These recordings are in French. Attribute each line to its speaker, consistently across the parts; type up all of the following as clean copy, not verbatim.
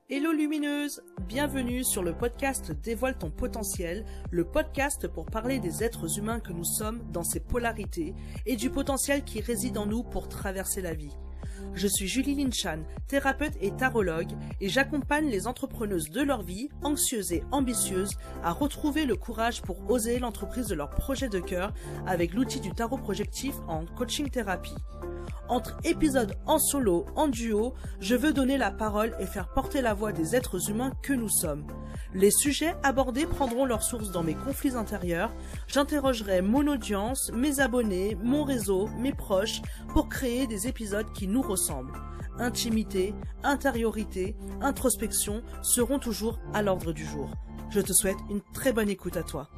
Speaker 1: Hello lumineuse, bienvenue sur le podcast Dévoile ton potentiel, le podcast pour parler des êtres humains que nous sommes dans ses polarités et du potentiel qui réside en nous pour traverser la vie. Je suis Julie Linchan, thérapeute et tarologue, et j'accompagne les entrepreneuses de leur vie, anxieuses et ambitieuses, à retrouver le courage pour oser l'entreprise de leur projet de cœur avec l'outil du tarot projectif en coaching thérapie. Entre épisodes en solo, en duo, je veux donner la parole et faire porter la voix des êtres humains que nous sommes. Les sujets abordés prendront leur source dans mes conflits intérieurs. J'interrogerai mon audience, mes abonnés, mon réseau, mes proches pour créer des épisodes qui nous ressemblent. Intimité, intériorité, introspection seront toujours à l'ordre du jour. Je te souhaite une très bonne écoute à toi.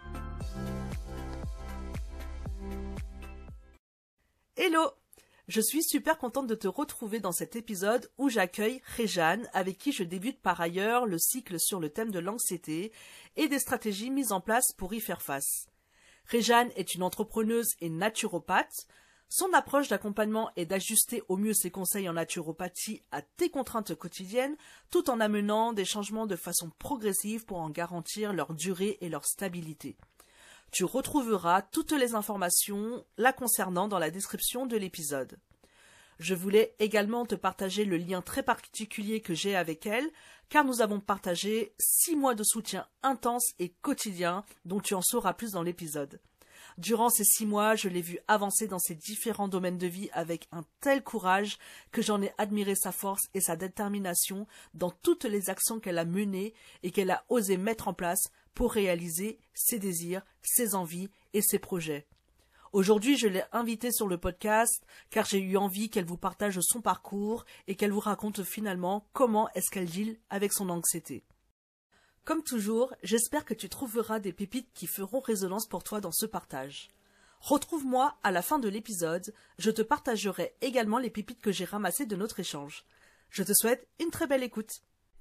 Speaker 1: Hello! Je suis super contente de te retrouver dans cet épisode où j'accueille Réjeanne, avec qui je débute par ailleurs le cycle sur le thème de l'anxiété et des stratégies mises en place pour y faire face. Réjeanne est une entrepreneuse et naturopathe. Son approche d'accompagnement est d'ajuster au mieux ses conseils en naturopathie à tes contraintes quotidiennes, tout en amenant des changements de façon progressive pour en garantir leur durée et leur stabilité. Tu retrouveras toutes les informations la concernant dans la description de l'épisode. Je voulais également te partager le lien très particulier que j'ai avec elle, car nous avons partagé 6 mois de soutien intense et quotidien, dont tu en sauras plus dans l'épisode. Durant ces 6 mois, je l'ai vue avancer dans ses différents domaines de vie avec un tel courage que j'en ai admiré sa force et sa détermination dans toutes les actions qu'elle a menées et qu'elle a osé mettre en place pour réaliser ses désirs, ses envies et ses projets. Aujourd'hui, je l'ai invitée sur le podcast car j'ai eu envie qu'elle vous partage son parcours et qu'elle vous raconte finalement comment est-ce qu'elle deal avec son anxiété. Comme toujours, j'espère que tu trouveras des pépites qui feront résonance pour toi dans ce partage. Retrouve-moi à la fin de l'épisode, je te partagerai également les pépites que j'ai ramassées de notre échange. Je te souhaite une très belle écoute.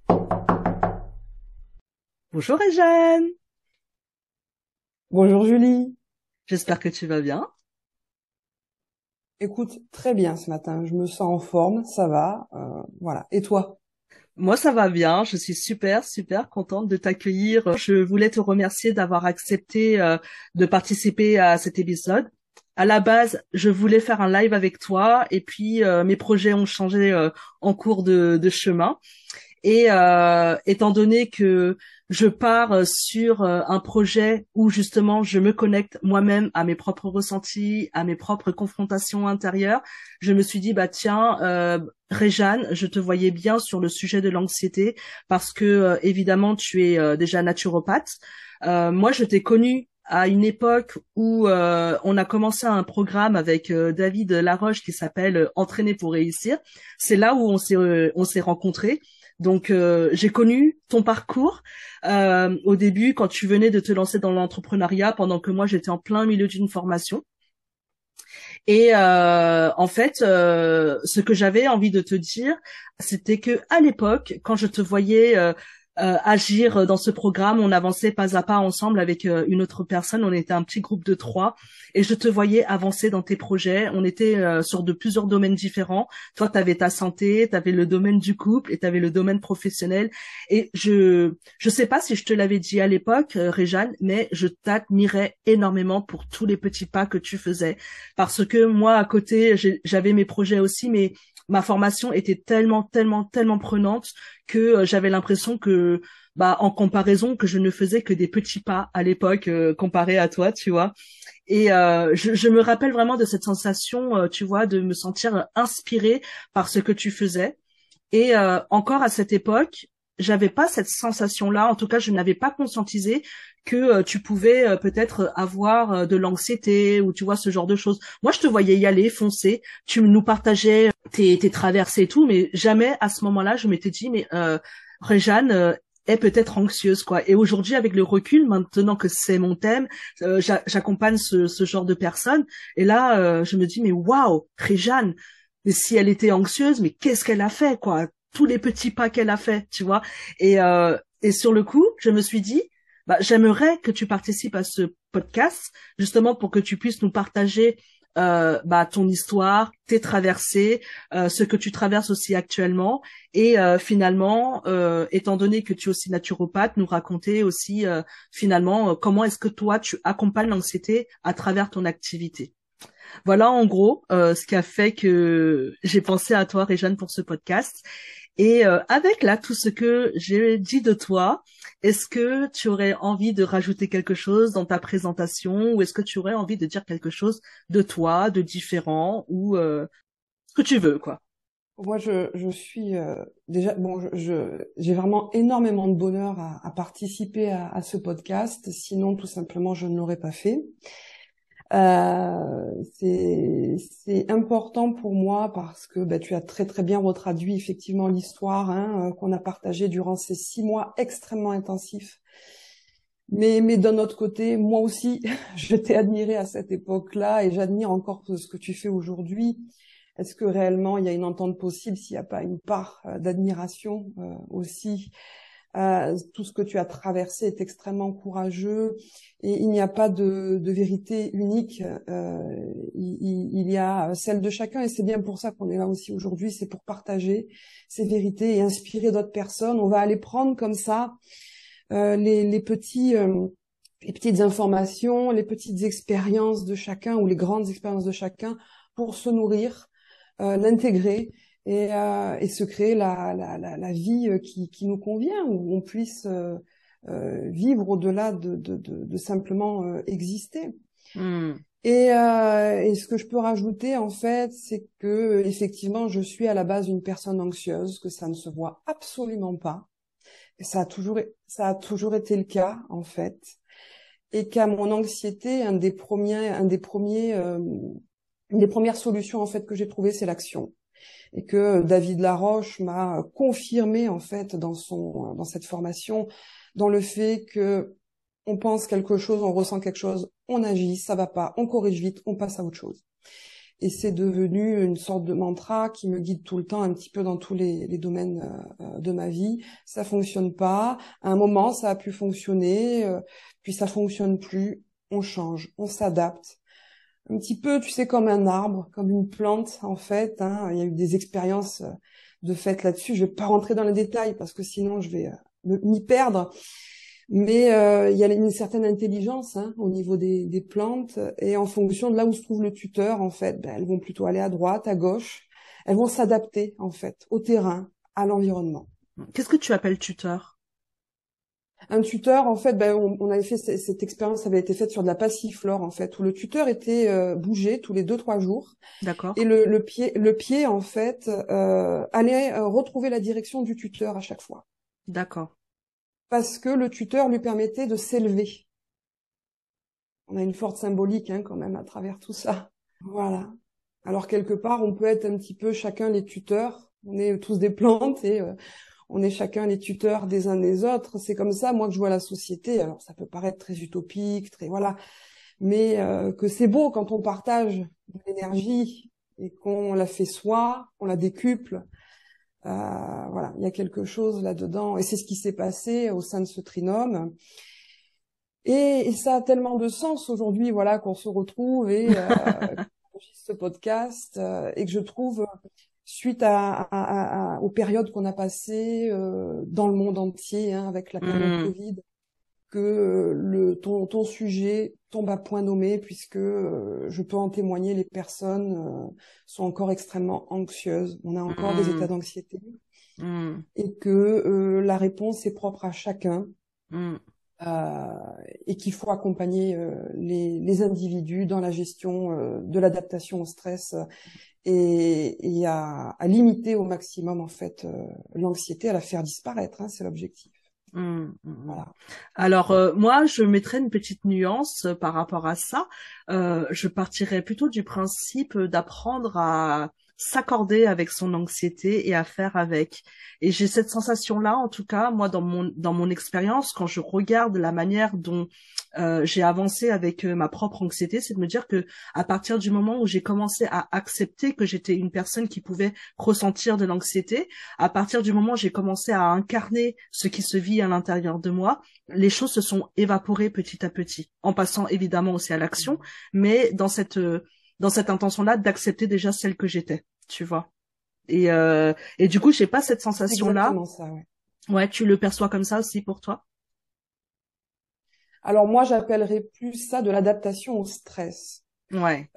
Speaker 1: Bonjour Réjeanne.
Speaker 2: Bonjour Julie.
Speaker 1: J'espère que tu vas bien.
Speaker 2: Écoute, très bien ce matin, je me sens en forme, ça va, voilà. Et toi?
Speaker 1: Moi, ça va bien. Je suis super contente de t'accueillir. Je voulais te remercier d'avoir accepté de participer à cet épisode. À la base, je voulais faire un live avec toi et puis mes projets ont changé en cours de chemin. Et étant donné que je pars sur un projet où justement je me connecte moi-même à mes propres ressentis, à mes propres confrontations intérieures, je me suis dit tiens, Réjeanne, je te voyais bien sur le sujet de l'anxiété parce que évidemment tu es déjà naturopathe. Moi, je t'ai connue à une époque où on a commencé un programme avec David Laroche qui s'appelle Entraîner pour réussir. C'est là où on s'est rencontrés. Donc j'ai connu ton parcours au début quand tu venais de te lancer dans l'entrepreneuriat pendant que moi j'étais en plein milieu d'une formation. Et en fait, ce que j'avais envie de te dire, c'était que à l'époque, quand je te voyais agir dans ce programme, on avançait pas à pas ensemble avec une autre personne, on était un petit groupe de 3 et je te voyais avancer dans tes projets, on était sur de plusieurs domaines différents. Toi, tu avais ta santé, tu avais le domaine du couple et tu avais le domaine professionnel et je sais pas si je te l'avais dit à l'époque, Réjeanne, mais je t'admirais énormément pour tous les petits pas que tu faisais parce que moi à côté, j'avais mes projets aussi, mais ma formation était tellement prenante que j'avais l'impression que, en comparaison, que je ne faisais que des petits pas à l'époque comparé à toi, tu vois. Et je me rappelle vraiment de cette sensation, tu vois, de me sentir inspirée par ce que tu faisais. Et encore à cette époque, j'avais pas cette sensation-là. En tout cas, je n'avais pas conscientisé que tu pouvais peut-être avoir de l'anxiété ou tu vois ce genre de choses. Moi, je te voyais y aller, foncer. Tu nous partageais tes traversées et tout, mais jamais à ce moment-là, je m'étais dit, mais Réjeanne est peut-être anxieuse, quoi. Et aujourd'hui, avec le recul, maintenant que c'est mon thème, j'accompagne ce genre de personnes. Et là, je me dis, mais waouh, Réjeanne, mais si elle était anxieuse, mais qu'est-ce qu'elle a fait, quoi? Tous les petits pas qu'elle a fait, tu vois. Et sur le coup, je me suis dit, j'aimerais que tu participes à ce podcast, justement pour que tu puisses nous partager ton histoire, tes traversées, ce que tu traverses aussi actuellement, et finalement, étant donné que tu es aussi naturopathe, nous raconter aussi finalement comment est-ce que toi tu accompagnes l'anxiété à travers ton activité. Voilà en gros ce qui a fait que j'ai pensé à toi, Réjeanne, pour ce podcast. Et avec là tout ce que j'ai dit de toi, est-ce que tu aurais envie de rajouter quelque chose dans ta présentation ou est-ce que tu aurais envie de dire quelque chose de toi, de différent ou ce que tu veux, quoi.
Speaker 2: Moi, je suis déjà bon. J'ai vraiment énormément de bonheur à participer à ce podcast. Sinon, tout simplement, je ne l'aurais pas fait. C'est important pour moi parce que tu as très très bien retraduit effectivement l'histoire qu'on a partagée durant ces 6 mois extrêmement intensifs. Mais d'un autre côté, moi aussi, je t'ai admiré à cette époque-là et j'admire encore ce que tu fais aujourd'hui. Est-ce que réellement il y a une entente possible s'il n'y a pas une part d'admiration aussi? Tout ce que tu as traversé est extrêmement courageux et il n'y a pas de vérité unique. Il y a celle de chacun et c'est bien pour ça qu'on est là aussi aujourd'hui. C'est pour partager ces vérités et inspirer d'autres personnes. On va aller prendre comme ça les petites informations, les petites expériences de chacun ou les grandes expériences de chacun pour se nourrir, l'intégrer et se créer la vie qui nous convient, où on puisse vivre au-delà de simplement exister.
Speaker 1: Hmm.
Speaker 2: Et ce que je peux rajouter en fait, c'est que effectivement, je suis à la base une personne anxieuse, que ça ne se voit absolument pas. Et ça a toujours été le cas en fait, et qu'à mon anxiété, une des premières solutions en fait que j'ai trouvées, c'est l'action. Et que David Laroche m'a confirmé en fait dans cette formation, dans le fait que on pense quelque chose, on ressent quelque chose, on agit, ça va pas, on corrige vite, on passe à autre chose. Et c'est devenu une sorte de mantra qui me guide tout le temps, un petit peu dans tous les domaines de ma vie. Ça fonctionne pas. À un moment, ça a pu fonctionner, puis ça fonctionne plus. On change, on s'adapte. Un petit peu, tu sais, comme un arbre, comme une plante, en fait. Il y a eu des expériences de fait là-dessus. Je vais pas rentrer dans les détails parce que sinon je vais m'y perdre. Mais il y a une certaine intelligence au niveau des plantes et en fonction de là où se trouve le tuteur, en fait, elles vont plutôt aller à droite, à gauche. Elles vont s'adapter, en fait, au terrain, à l'environnement.
Speaker 1: Qu'est-ce que tu appelles tuteur?
Speaker 2: Un tuteur, en fait, on avait fait cette expérience, avait été faite sur de la passiflore, en fait, où le tuteur était bougé tous les 2-3 jours et
Speaker 1: D'accord.
Speaker 2: le pied, en fait, allait retrouver la direction du tuteur à chaque fois.
Speaker 1: D'accord.
Speaker 2: Parce que le tuteur lui permettait de s'élever. On a une forte symbolique quand même à travers tout ça. Voilà. Alors quelque part, on peut être un petit peu chacun les tuteurs. On est tous des plantes et on est chacun les tuteurs des uns des autres. C'est comme ça, moi, que je vois la société. Alors ça peut paraître très utopique, très voilà, mais que c'est beau quand on partage de l'énergie et qu'on la fait soi, on la décuple. Voilà, il y a quelque chose là-dedans et c'est ce qui s'est passé au sein de ce trinôme. Et ça a tellement de sens aujourd'hui, voilà, qu'on se retrouve et qu'on enregistre ce podcast et que je trouve, suite aux périodes qu'on a passées dans le monde entier, avec la période
Speaker 1: Hmm.
Speaker 2: Covid, que ton sujet tombe à point nommé puisque je peux en témoigner, les personnes sont encore extrêmement anxieuses. On a encore des états
Speaker 1: Hmm.
Speaker 2: d'anxiété
Speaker 1: Hmm.
Speaker 2: et que la réponse est propre à chacun.
Speaker 1: Hmm.
Speaker 2: euh, et qu'il faut accompagner les individus dans la gestion de l'adaptation au stress et à limiter au maximum en fait l'anxiété, à la faire disparaître, c'est l'objectif.
Speaker 1: Hmm. Hmm.
Speaker 2: Voilà.
Speaker 1: Alors moi, je mettrais une petite nuance par rapport à ça. Je partirais plutôt du principe d'apprendre à s'accorder avec son anxiété et à faire avec. Et j'ai cette sensation-là, en tout cas, moi, dans mon expérience, quand je regarde la manière dont j'ai avancé avec ma propre anxiété, c'est de me dire que à partir du moment où j'ai commencé à accepter que j'étais une personne qui pouvait ressentir de l'anxiété, à partir du moment où j'ai commencé à incarner ce qui se vit à l'intérieur de moi, les choses se sont évaporées petit à petit, en passant évidemment aussi à l'action, mais dans cette dans cette intention-là d'accepter déjà celle que j'étais, tu vois. Et du coup, j'ai pas cette
Speaker 2: C'est
Speaker 1: sensation-là.
Speaker 2: exactement ça, ouais.
Speaker 1: Ouais, tu le perçois comme ça aussi pour toi?
Speaker 2: Alors moi, j'appellerais plus ça de l'adaptation au stress.
Speaker 1: Ouais.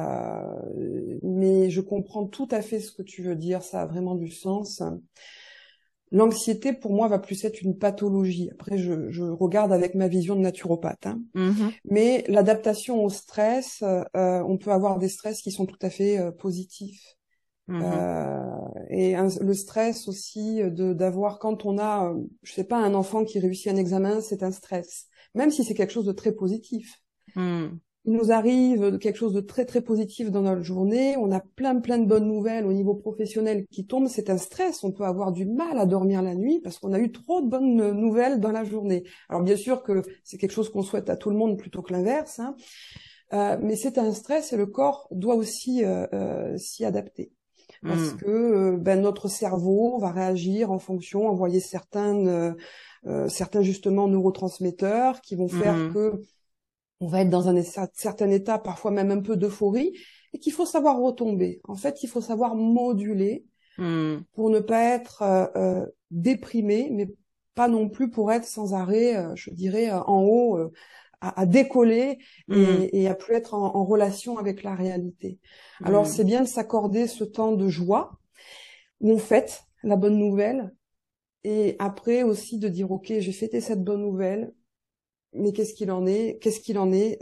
Speaker 2: Mais je comprends tout à fait ce que tu veux dire, ça a vraiment du sens. L'anxiété, pour moi, va plus être une pathologie. Après, je regarde avec ma vision de naturopathe, hein.
Speaker 1: Mhm.
Speaker 2: Mais l'adaptation au stress, on peut avoir des stress qui sont tout à fait positifs.
Speaker 1: Mhm.
Speaker 2: Euh, le stress aussi d'avoir quand on a, je sais pas, un enfant qui réussit un examen, c'est un stress, même si c'est quelque chose de très positif.
Speaker 1: Mhm.
Speaker 2: Il nous arrive quelque chose de très très positif dans notre journée, on a plein de bonnes nouvelles au niveau professionnel qui tombent, c'est un stress, on peut avoir du mal à dormir la nuit parce qu'on a eu trop de bonnes nouvelles dans la journée. Alors bien sûr que c'est quelque chose qu'on souhaite à tout le monde plutôt que l'inverse, hein, mais c'est un stress et le corps doit aussi s'y adapter. Parce
Speaker 1: Mhm.
Speaker 2: que notre cerveau va réagir en fonction, envoyer certains justement neurotransmetteurs qui vont faire
Speaker 1: Mhm.
Speaker 2: que on va être dans un certain état, parfois même un peu d'euphorie, et qu'il faut savoir retomber. En fait, il faut savoir moduler
Speaker 1: Mhm.
Speaker 2: pour ne pas être déprimé, mais pas non plus pour être sans arrêt, je dirais, en haut, à décoller
Speaker 1: Mhm.
Speaker 2: et à plus être en relation avec la réalité. Alors,
Speaker 1: Mhm.
Speaker 2: c'est bien de s'accorder ce temps de joie où on fête la bonne nouvelle et après aussi de dire, OK, j'ai fêté cette bonne nouvelle, mais qu'est-ce qu'il en est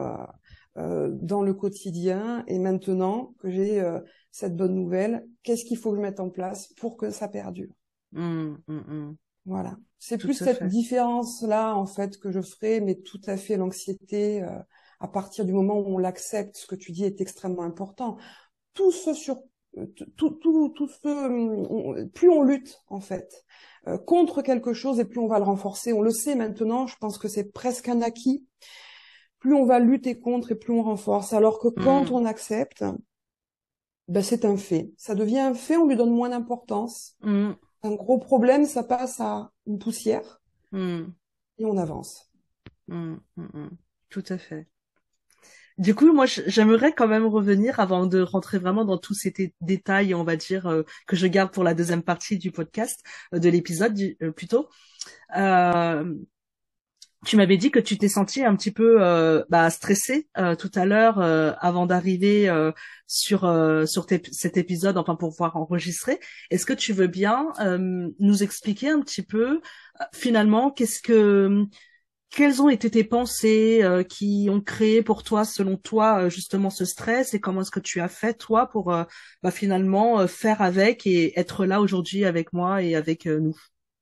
Speaker 2: dans le quotidien et maintenant que j'ai cette bonne nouvelle, qu'est-ce qu'il faut que je mette en place pour que ça perdure.
Speaker 1: Mhm. Mhm.
Speaker 2: Voilà. C'est
Speaker 1: Tout
Speaker 2: plus
Speaker 1: à
Speaker 2: cette
Speaker 1: fait.
Speaker 2: différence-là, en fait, que je ferai, mais tout à fait l'anxiété, à partir du moment où on l'accepte, ce que tu dis est extrêmement important. Tout ce sur, tout ce, plus on lutte, en fait, contre quelque chose et plus on va le renforcer. On le sait maintenant, je pense que c'est presque un acquis. Plus on va lutter contre et plus on renforce. Alors que quand
Speaker 1: Mhm.
Speaker 2: on accepte, ben c'est un fait. Ça devient un fait, on lui donne moins d'importance.
Speaker 1: Mhm.
Speaker 2: Un gros problème, ça passe à une poussière
Speaker 1: Mhm.
Speaker 2: et on avance.
Speaker 1: Mhm. Mhm. Tout à fait. Du coup, moi, j'aimerais quand même revenir avant de rentrer vraiment dans tous ces détails, on va dire, que je garde pour la deuxième partie du podcast, de l'épisode plutôt. Euh, Tu m'avais dit que tu t'es senti un petit peu stressé tout à l'heure avant d'arriver sur cet épisode, enfin pour pouvoir enregistrer. Est-ce que tu veux bien nous expliquer un petit peu finalement quelles ont été tes pensées qui ont créé pour toi, selon toi, justement ce stress et comment est-ce que tu as fait toi pour finalement faire avec et être là aujourd'hui avec moi et avec nous.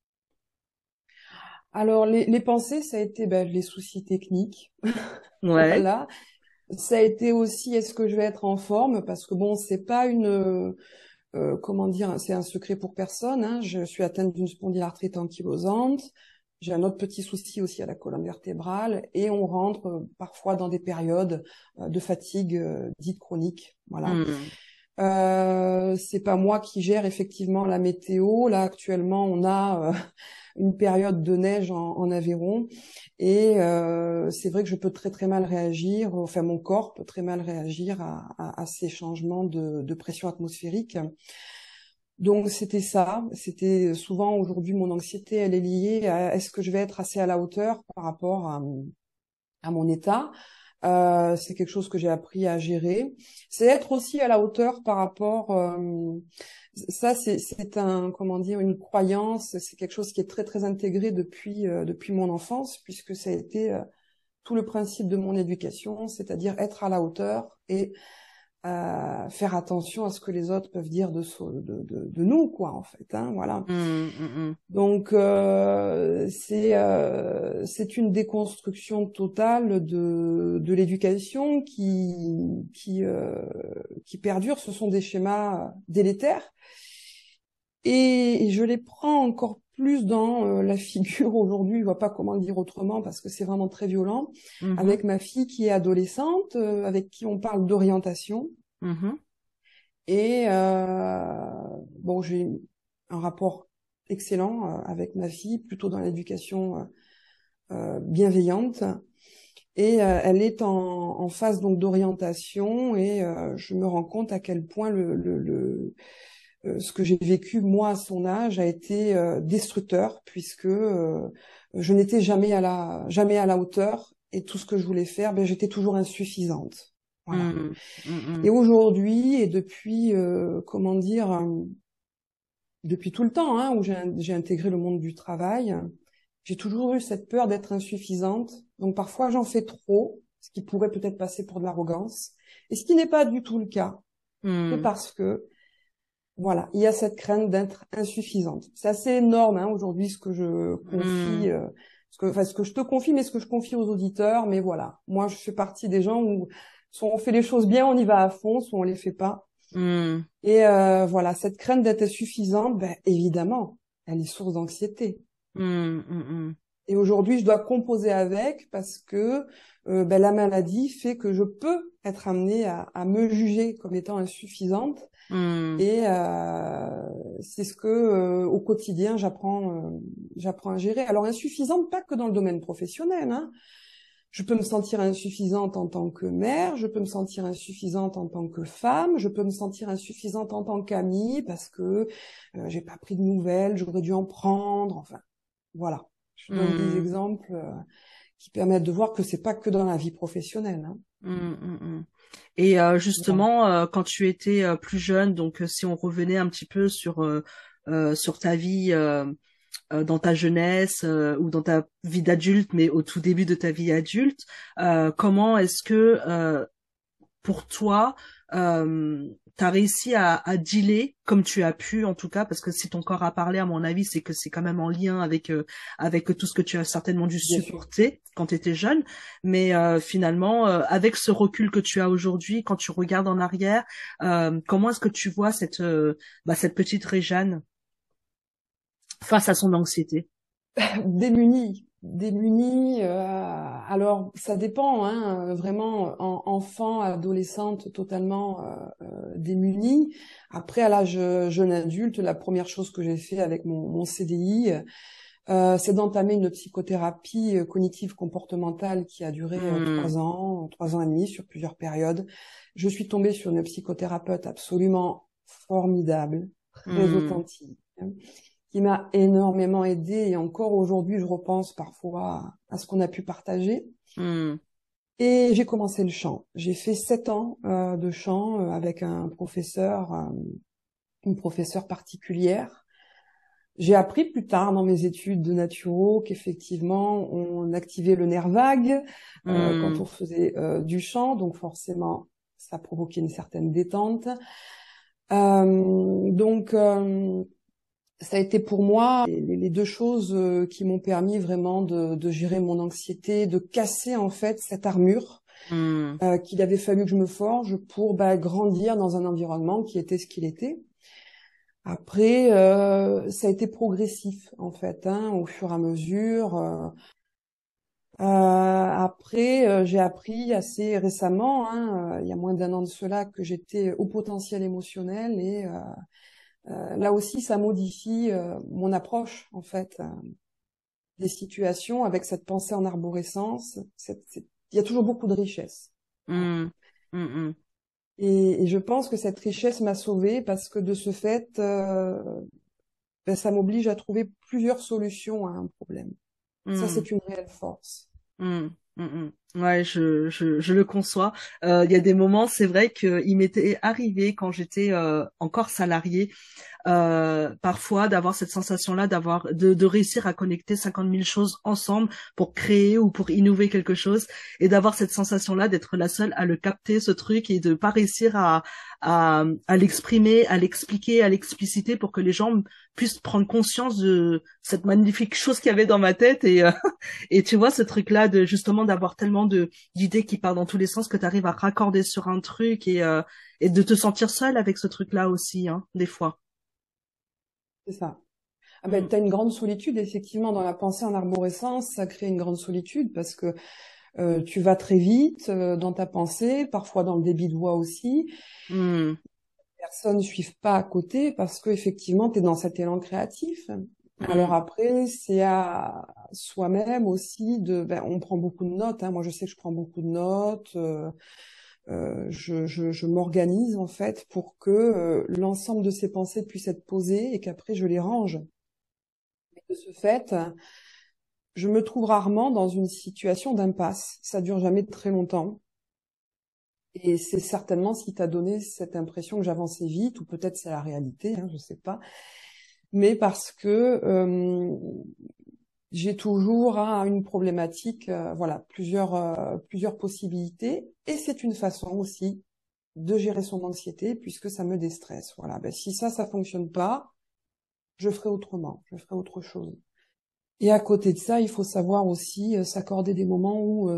Speaker 2: Alors, les pensées, ça a été les soucis techniques.
Speaker 1: Ouais.
Speaker 2: Voilà. Ça a été aussi, est-ce que je vais être en forme? Parce que bon, c'est pas comment dire, c'est un secret pour personne, hein. Je suis atteinte d'une spondylarthrite ankylosante. J'ai un autre petit souci aussi à la colonne vertébrale et on rentre parfois dans des périodes de fatigue dite chronique. Voilà.
Speaker 1: Hmm.
Speaker 2: C'est pas moi qui gère effectivement la météo. Là, actuellement, on a une période de neige en Aveyron et c'est vrai que je peux très très mal réagir. Enfin, mon corps peut très mal réagir à ces changements de pression atmosphérique. Donc c'était ça. C'était souvent aujourd'hui mon anxiété, elle est liée à est-ce que je vais être assez à la hauteur par rapport à mon état. C'est quelque chose que j'ai appris à gérer. C'est être aussi à la hauteur par rapport. Ça, c'est un comment dire une croyance. C'est quelque chose qui est très très intégré depuis mon enfance, puisque ça a été tout le principe de mon éducation, c'est-à-dire être à la hauteur et faire attention à ce que les autres peuvent dire de nous, quoi, en fait. Hein, voilà.
Speaker 1: Hmm. Hmm. Hmm.
Speaker 2: Donc c'est une déconstruction totale de l'éducation qui perdure. Ce sont des schémas délétères et je les prends encore plus dans la figure aujourd'hui. Je vois pas comment le dire autrement parce que c'est vraiment très violent.
Speaker 1: Mhm.
Speaker 2: Avec ma fille qui est adolescente, avec qui on parle d'orientation
Speaker 1: Mhm.
Speaker 2: et bon j'ai un rapport excellent avec ma fille, plutôt dans l'éducation bienveillante. et elle est en phase donc d'orientation et je me rends compte à quel point ce que j'ai vécu moi à son âge a été destructeur puisque je n'étais jamais à la hauteur et tout ce que je voulais faire, ben j'étais toujours insuffisante. Voilà.
Speaker 1: Mm,
Speaker 2: Et
Speaker 1: mm,
Speaker 2: aujourd'hui et depuis comment dire depuis tout le temps où j'ai intégré le monde du travail, j'ai toujours eu cette peur d'être insuffisante. Donc parfois j'en fais trop, ce qui pourrait peut-être passer pour de l'arrogance, et ce qui n'est pas du tout le cas. C'est
Speaker 1: mm,
Speaker 2: parce que voilà, il y a cette crainte d'être insuffisante. C'est assez énorme aujourd'hui ce que je confie,
Speaker 1: mm,
Speaker 2: ce que je te confie, mais ce que je confie aux auditeurs. Mais voilà, moi je fais partie des gens où soit on fait les choses bien, on y va à fond, soit on les fait pas.
Speaker 1: mm,
Speaker 2: Et voilà, cette crainte d'être insuffisante, ben évidemment, elle est source d'anxiété.
Speaker 1: mm, mm, mm,
Speaker 2: Et aujourd'hui, je dois composer avec parce que ben, la maladie fait que je peux être amenée à me juger comme étant insuffisante.
Speaker 1: mm,
Speaker 2: Et c'est ce que au quotidien j'apprends à gérer. Alors insuffisante, pas que dans le domaine professionnel. Je peux me sentir insuffisante en tant que mère, je peux me sentir insuffisante en tant que femme, je peux me sentir insuffisante en tant qu'amie parce que j'ai pas pris de nouvelles, j'aurais dû en prendre. Enfin, voilà. Je donne des
Speaker 1: mm,
Speaker 2: exemples qui permettent de voir que c'est pas que dans la vie professionnelle.
Speaker 1: mm, mm, mm. Et
Speaker 2: Voilà.
Speaker 1: justement, quand tu étais plus jeune, donc si on revenait un petit peu sur ta vie dans ta jeunesse ou dans ta vie d'adulte, mais au tout début de ta vie adulte, comment est-ce que pour toi, tu as réussi à dealer comme tu as pu, en tout cas, parce que si ton corps a parlé, à mon avis, c'est que c'est quand même en lien avec tout ce que tu as certainement dû
Speaker 2: Bien sûr.
Speaker 1: supporter quand tu étais jeune. Mais finalement, avec ce recul que tu as aujourd'hui, quand tu regardes en arrière, comment est-ce que tu vois cette petite Réjeanne face à son anxiété?
Speaker 2: Démunie. Alors, ça dépend, vraiment, enfant, adolescente, totalement démunie. Après, à l'âge jeune adulte, la première chose que j'ai fait avec mon CDI, c'est d'entamer une psychothérapie cognitive comportementale qui a duré
Speaker 1: Hmm,
Speaker 2: 3 ans et demi sur plusieurs périodes. Je suis tombée sur une psychothérapeute absolument formidable, très
Speaker 1: hmm,
Speaker 2: authentique, qui m'a énormément aidée et encore aujourd'hui, je repense parfois à ce qu'on a pu partager.
Speaker 1: hmm,
Speaker 2: Et j'ai commencé le chant. J'ai fait 7 ans de chant avec une professeure particulière. J'ai appris plus tard dans mes études de naturo qu'effectivement on activait le nerf vague quand
Speaker 1: hmm,
Speaker 2: on faisait du chant, donc forcément ça provoquait une certaine détente. Donc ça a été pour moi les deux choses qui m'ont permis vraiment de gérer mon anxiété, de casser en fait cette armure
Speaker 1: hmm,
Speaker 2: qu'il avait fallu que je me forge pour grandir dans un environnement qui était ce qu'il était. Après, ça a été progressif en fait, au fur et à mesure. Après, j'ai appris assez récemment, il y a moins d'1 an de cela, que j'étais au potentiel émotionnel et là aussi, ça modifie mon approche en fait des situations avec cette pensée en arborescence. Il y a toujours beaucoup de richesse. Voilà.
Speaker 1: hmm, hmm, hmm.
Speaker 2: Et je pense que cette richesse m'a sauvée parce que de ce fait, ça m'oblige à trouver plusieurs solutions à un problème. Ça,
Speaker 1: Hmm.
Speaker 2: c'est une réelle force.
Speaker 1: Mm, mm, mm. Ouais, je le conçois. Il y a des moments, c'est vrai qu'il m'était arrivé quand j'étais encore salariée, parfois d'avoir cette sensation-là, de réussir à connecter 50 000 choses ensemble pour créer ou pour innover quelque chose, et d'avoir cette sensation-là d'être la seule à le capter, ce truc, et de pas réussir à l'exprimer, à l'expliquer, à l'expliciter pour que les gens puissent prendre conscience de cette magnifique chose qu'il y avait dans ma tête. Et tu vois, ce truc-là de justement d'avoir tellement de d'idées qui partent dans tous les sens que tu arrives à raccorder sur un truc et de te sentir seule avec ce truc-là aussi, hein, des fois.
Speaker 2: C'est ça. Ah
Speaker 1: Mm,
Speaker 2: t'as une grande solitude, effectivement, dans la pensée en arborescence, ça crée une grande solitude parce que tu vas très vite dans ta pensée, parfois dans le débit de voix aussi.
Speaker 1: mm,
Speaker 2: Personnes ne suivent pas à côté parce que effectivement, tu es dans cet élan créatif. Alors
Speaker 1: Mm.
Speaker 2: après, c'est à soi-même aussi on prend beaucoup de notes, hein. Moi, je sais que je prends beaucoup de notes. Je m'organise en fait pour que l'ensemble de ces pensées puissent être posées et qu'après je les range. De ce fait, je me trouve rarement dans une situation d'impasse. Ça dure jamais très longtemps. Et c'est certainement ce qui t'a donné cette impression que j'avançais vite, ou peut-être c'est la réalité, hein, je sais pas. Mais parce que j'ai toujours une problématique, voilà, plusieurs possibilités, et c'est une façon aussi de gérer son anxiété puisque ça me déstresse. Voilà, ben, si ça fonctionne pas, je ferai autrement, je ferai autre chose. Et à côté de ça, il faut savoir aussi s'accorder des moments où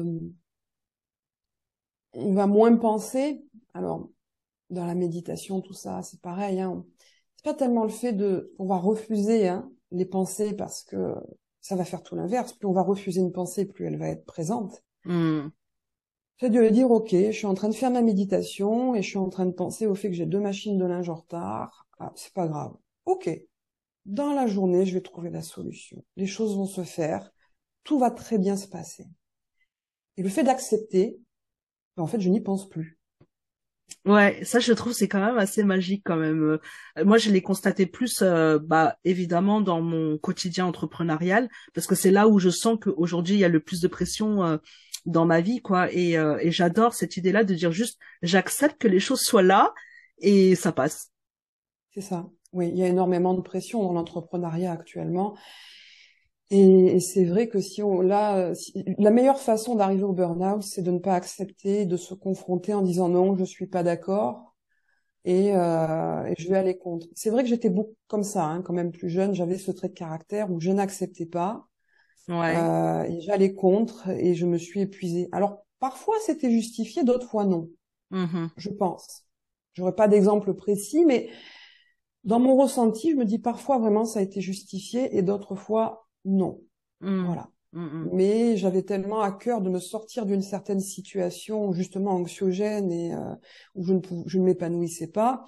Speaker 2: on va moins penser. Alors, dans la méditation, tout ça, c'est pareil, hein. C'est pas tellement le fait on va refuser les pensées parce que ça va faire tout l'inverse. Plus on va refuser une pensée, plus elle va être présente.
Speaker 1: Mm.
Speaker 2: C'est de dire, ok, je suis en train de faire ma méditation et je suis en train de penser au fait que j'ai 2 machines de linge en retard. Ah, c'est pas grave. Ok. Dans la journée, je vais trouver la solution. Les choses vont se faire. Tout va très bien se passer. Et le fait d'accepter, ben, en fait, je n'y pense plus.
Speaker 1: Ouais, ça je trouve c'est quand même assez magique quand même. Moi je l'ai constaté plus bah évidemment dans mon quotidien entrepreneurial parce que c'est là où je sens qu'aujourd'hui il y a le plus de pression dans ma vie quoi et j'adore cette idée-là de dire juste j'accepte que les choses soient là et ça passe.
Speaker 2: C'est ça. Oui, il y a énormément de pression dans l'entrepreneuriat actuellement. Et c'est vrai que la meilleure façon d'arriver au burn-out, c'est de ne pas accepter de se confronter en disant non, je suis pas d'accord et je vais aller contre. C'est vrai que j'étais beaucoup comme ça, hein, quand même plus jeune, j'avais ce trait de caractère où je n'acceptais pas
Speaker 1: Ouais.
Speaker 2: et j'allais contre et je me suis épuisée. Alors parfois c'était justifié, d'autres fois non,
Speaker 1: Mhm.
Speaker 2: je pense. J'aurais pas d'exemple précis, mais dans mon ressenti, je me dis parfois vraiment ça a été justifié et d'autres fois non.
Speaker 1: Mm.
Speaker 2: Voilà.
Speaker 1: Mm,
Speaker 2: Mais j'avais tellement à cœur de me sortir d'une certaine situation justement anxiogène et où je ne m'épanouissais pas,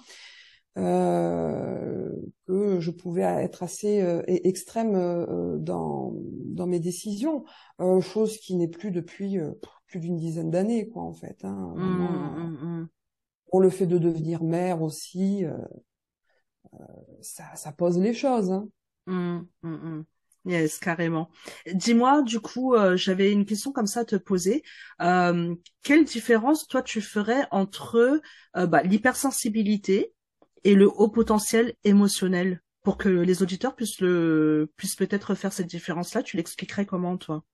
Speaker 2: euh, que je pouvais être assez extrême dans mes décisions, chose qui n'est plus depuis plus d'une dizaine d'années, quoi, en fait. Hein,
Speaker 1: mm,
Speaker 2: vraiment,
Speaker 1: mm, mm,
Speaker 2: pour le fait de devenir mère aussi, ça pose les choses. Hein.
Speaker 1: mm, mm, mm. Yes, carrément. Dis-moi, du coup, j'avais une question comme ça à te poser. Quelle différence, toi, tu ferais entre bah, l'hypersensibilité et le haut potentiel émotionnel pour que les auditeurs puissent peut-être faire cette différence-là? Tu l'expliquerais comment, toi?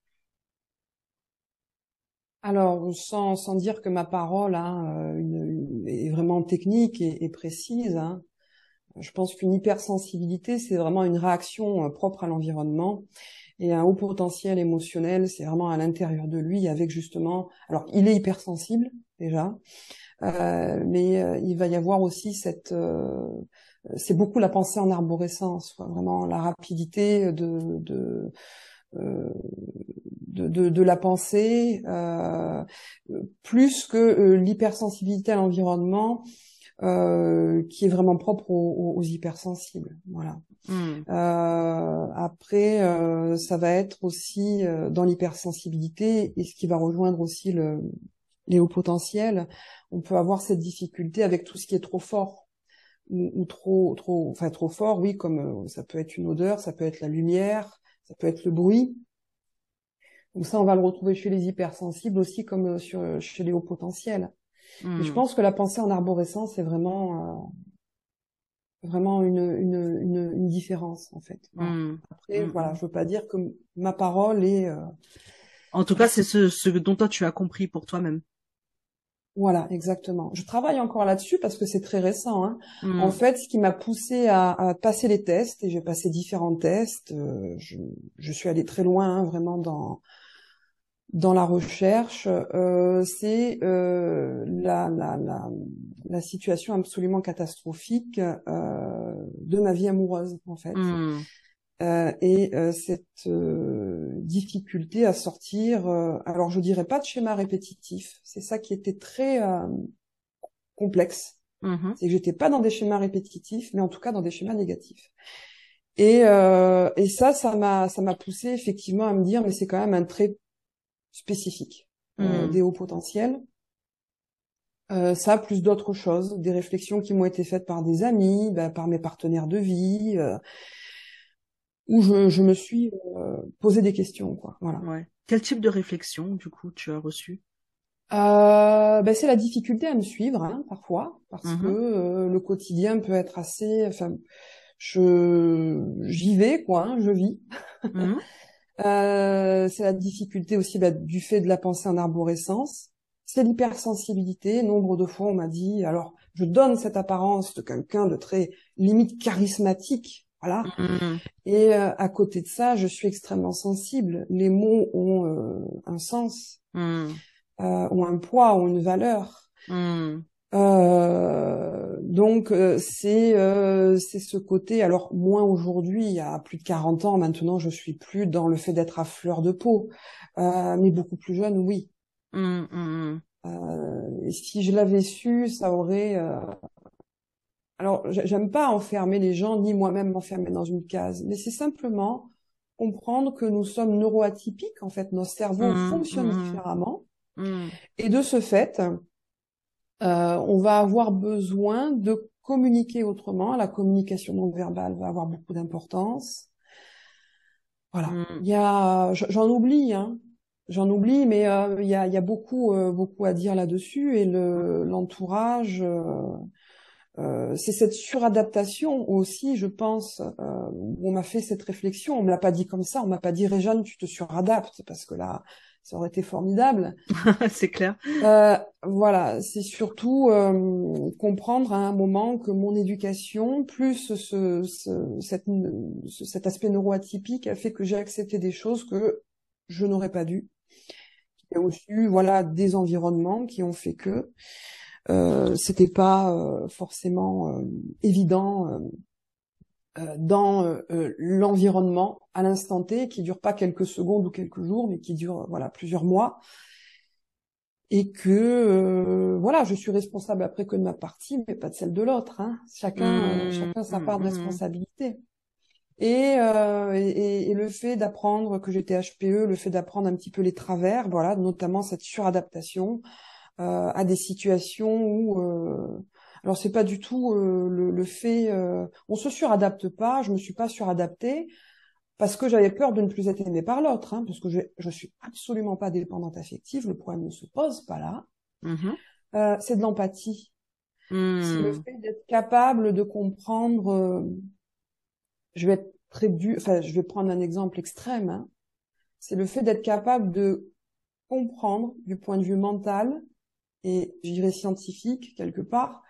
Speaker 2: Alors, sans dire que ma parole est vraiment technique et précise, hein, je pense qu'une hypersensibilité, c'est vraiment une réaction propre à l'environnement. Et un haut potentiel émotionnel, c'est vraiment à l'intérieur de lui, avec justement... Alors, il est hypersensible, déjà, mais il va y avoir aussi c'est beaucoup la pensée en arborescence, quoi, vraiment la rapidité euh, de la pensée, plus que l'hypersensibilité à l'environnement, qui est vraiment propre aux hypersensibles. Voilà.
Speaker 1: Hmm.
Speaker 2: Après, ça va être aussi dans l'hypersensibilité et ce qui va rejoindre aussi les hauts potentiels. On peut avoir cette difficulté avec tout ce qui est trop fort ou enfin trop fort, oui, comme ça peut être une odeur, ça peut être la lumière, ça peut être le bruit. Donc ça, on va le retrouver chez les hypersensibles aussi, comme chez les hauts potentiels. Mais je
Speaker 1: Hmm.
Speaker 2: pense que la pensée en arborescence est vraiment une différence, en fait. Voilà.
Speaker 1: Hmm.
Speaker 2: Après,
Speaker 1: Hmm.
Speaker 2: voilà,
Speaker 1: Hmm.
Speaker 2: je veux pas dire que ma parole est...
Speaker 1: En tout cas, c'est ce dont toi tu as compris pour toi-même.
Speaker 2: voilà, exactement. Je travaille encore là-dessus parce que c'est très récent. Hein. En
Speaker 1: Hmm.
Speaker 2: fait, ce qui m'a poussé à passer les tests, et j'ai passé différents tests, je suis allée très loin, hein, vraiment dans la recherche, c'est la situation absolument catastrophique de ma vie amoureuse, en fait.
Speaker 1: Hmm.
Speaker 2: Et cette difficulté à sortir, alors je dirais pas de schéma répétitif, c'est ça qui était très complexe,
Speaker 1: Mhm.
Speaker 2: c'est que j'étais pas dans des schémas répétitifs, mais en tout cas dans des schémas négatifs. Et ça m'a poussé effectivement à me dire, mais c'est quand même un trait spécifique des hauts potentiels. Ça, plus d'autres choses, des réflexions qui m'ont été faites par des amis, par mes partenaires de vie, où je me suis posé des questions, quoi. Voilà.
Speaker 1: Ouais. Quel type de réflexion, du coup, tu as reçu?
Speaker 2: C'est la difficulté à me suivre, hein, parfois, parce que le quotidien peut être assez. Enfin, j'y vais, quoi, hein, je vis. C'est la difficulté aussi du fait de la pensée en arborescence. C'est l'hypersensibilité. Nombre de fois, on m'a dit, alors, je donne cette apparence de quelqu'un de très limite charismatique, voilà. Et à côté de ça, je suis extrêmement sensible. Les mots ont un sens, ont un poids, ont une valeur. Donc c'est ce côté, alors moins aujourd'hui, il y a plus de 40 ans maintenant, je suis plus dans le fait d'être à fleur de peau, mais beaucoup plus jeune, oui. Et si je l'avais su, ça aurait alors j'aime pas enfermer les gens ni moi-même m'enfermer dans une case, mais c'est simplement comprendre que nous sommes neuroatypiques, en fait nos cerveaux fonctionnent différemment, et de ce fait on va avoir besoin de communiquer autrement. La communication non verbale va avoir beaucoup d'importance. Voilà. J'en oublie, hein. J'en oublie, mais il y a beaucoup à dire là-dessus. Et l'entourage, c'est cette suradaptation aussi, je pense, où on m'a fait cette réflexion. On me l'a pas dit comme ça. On m'a pas dit, Réjeanne, tu te suradaptes, parce que là, ça aurait été formidable.
Speaker 1: C'est clair.
Speaker 2: Voilà, c'est surtout comprendre à un moment que mon éducation, plus cet aspect neuroatypique, a fait que j'ai accepté des choses que je n'aurais pas dû. Il y a aussi eu, voilà, des environnements qui ont fait que c'était pas forcément évident dans l'environnement à l'instant T, qui dure pas quelques secondes ou quelques jours, mais qui dure voilà plusieurs mois. Et que voilà, je suis responsable après que de ma partie, mais pas de celle de l'autre. Hein. Chacun sa part de responsabilité. Et le fait d'apprendre que j'étais HPE, le fait d'apprendre un petit peu les travers, voilà, notamment cette suradaptation à des situations où alors c'est pas du tout le fait on se suradapte pas, je me suis pas suradaptée parce que j'avais peur de ne plus être aimée par l'autre, hein, parce que je suis absolument pas dépendante affective, le problème ne se pose pas là. C'est de l'empathie. C'est le fait d'être capable de comprendre. Je vais être très dur, enfin, je vais prendre un exemple extrême. Hein. C'est le fait d'être capable de comprendre du point de vue mental et, je dirais, scientifique quelque part,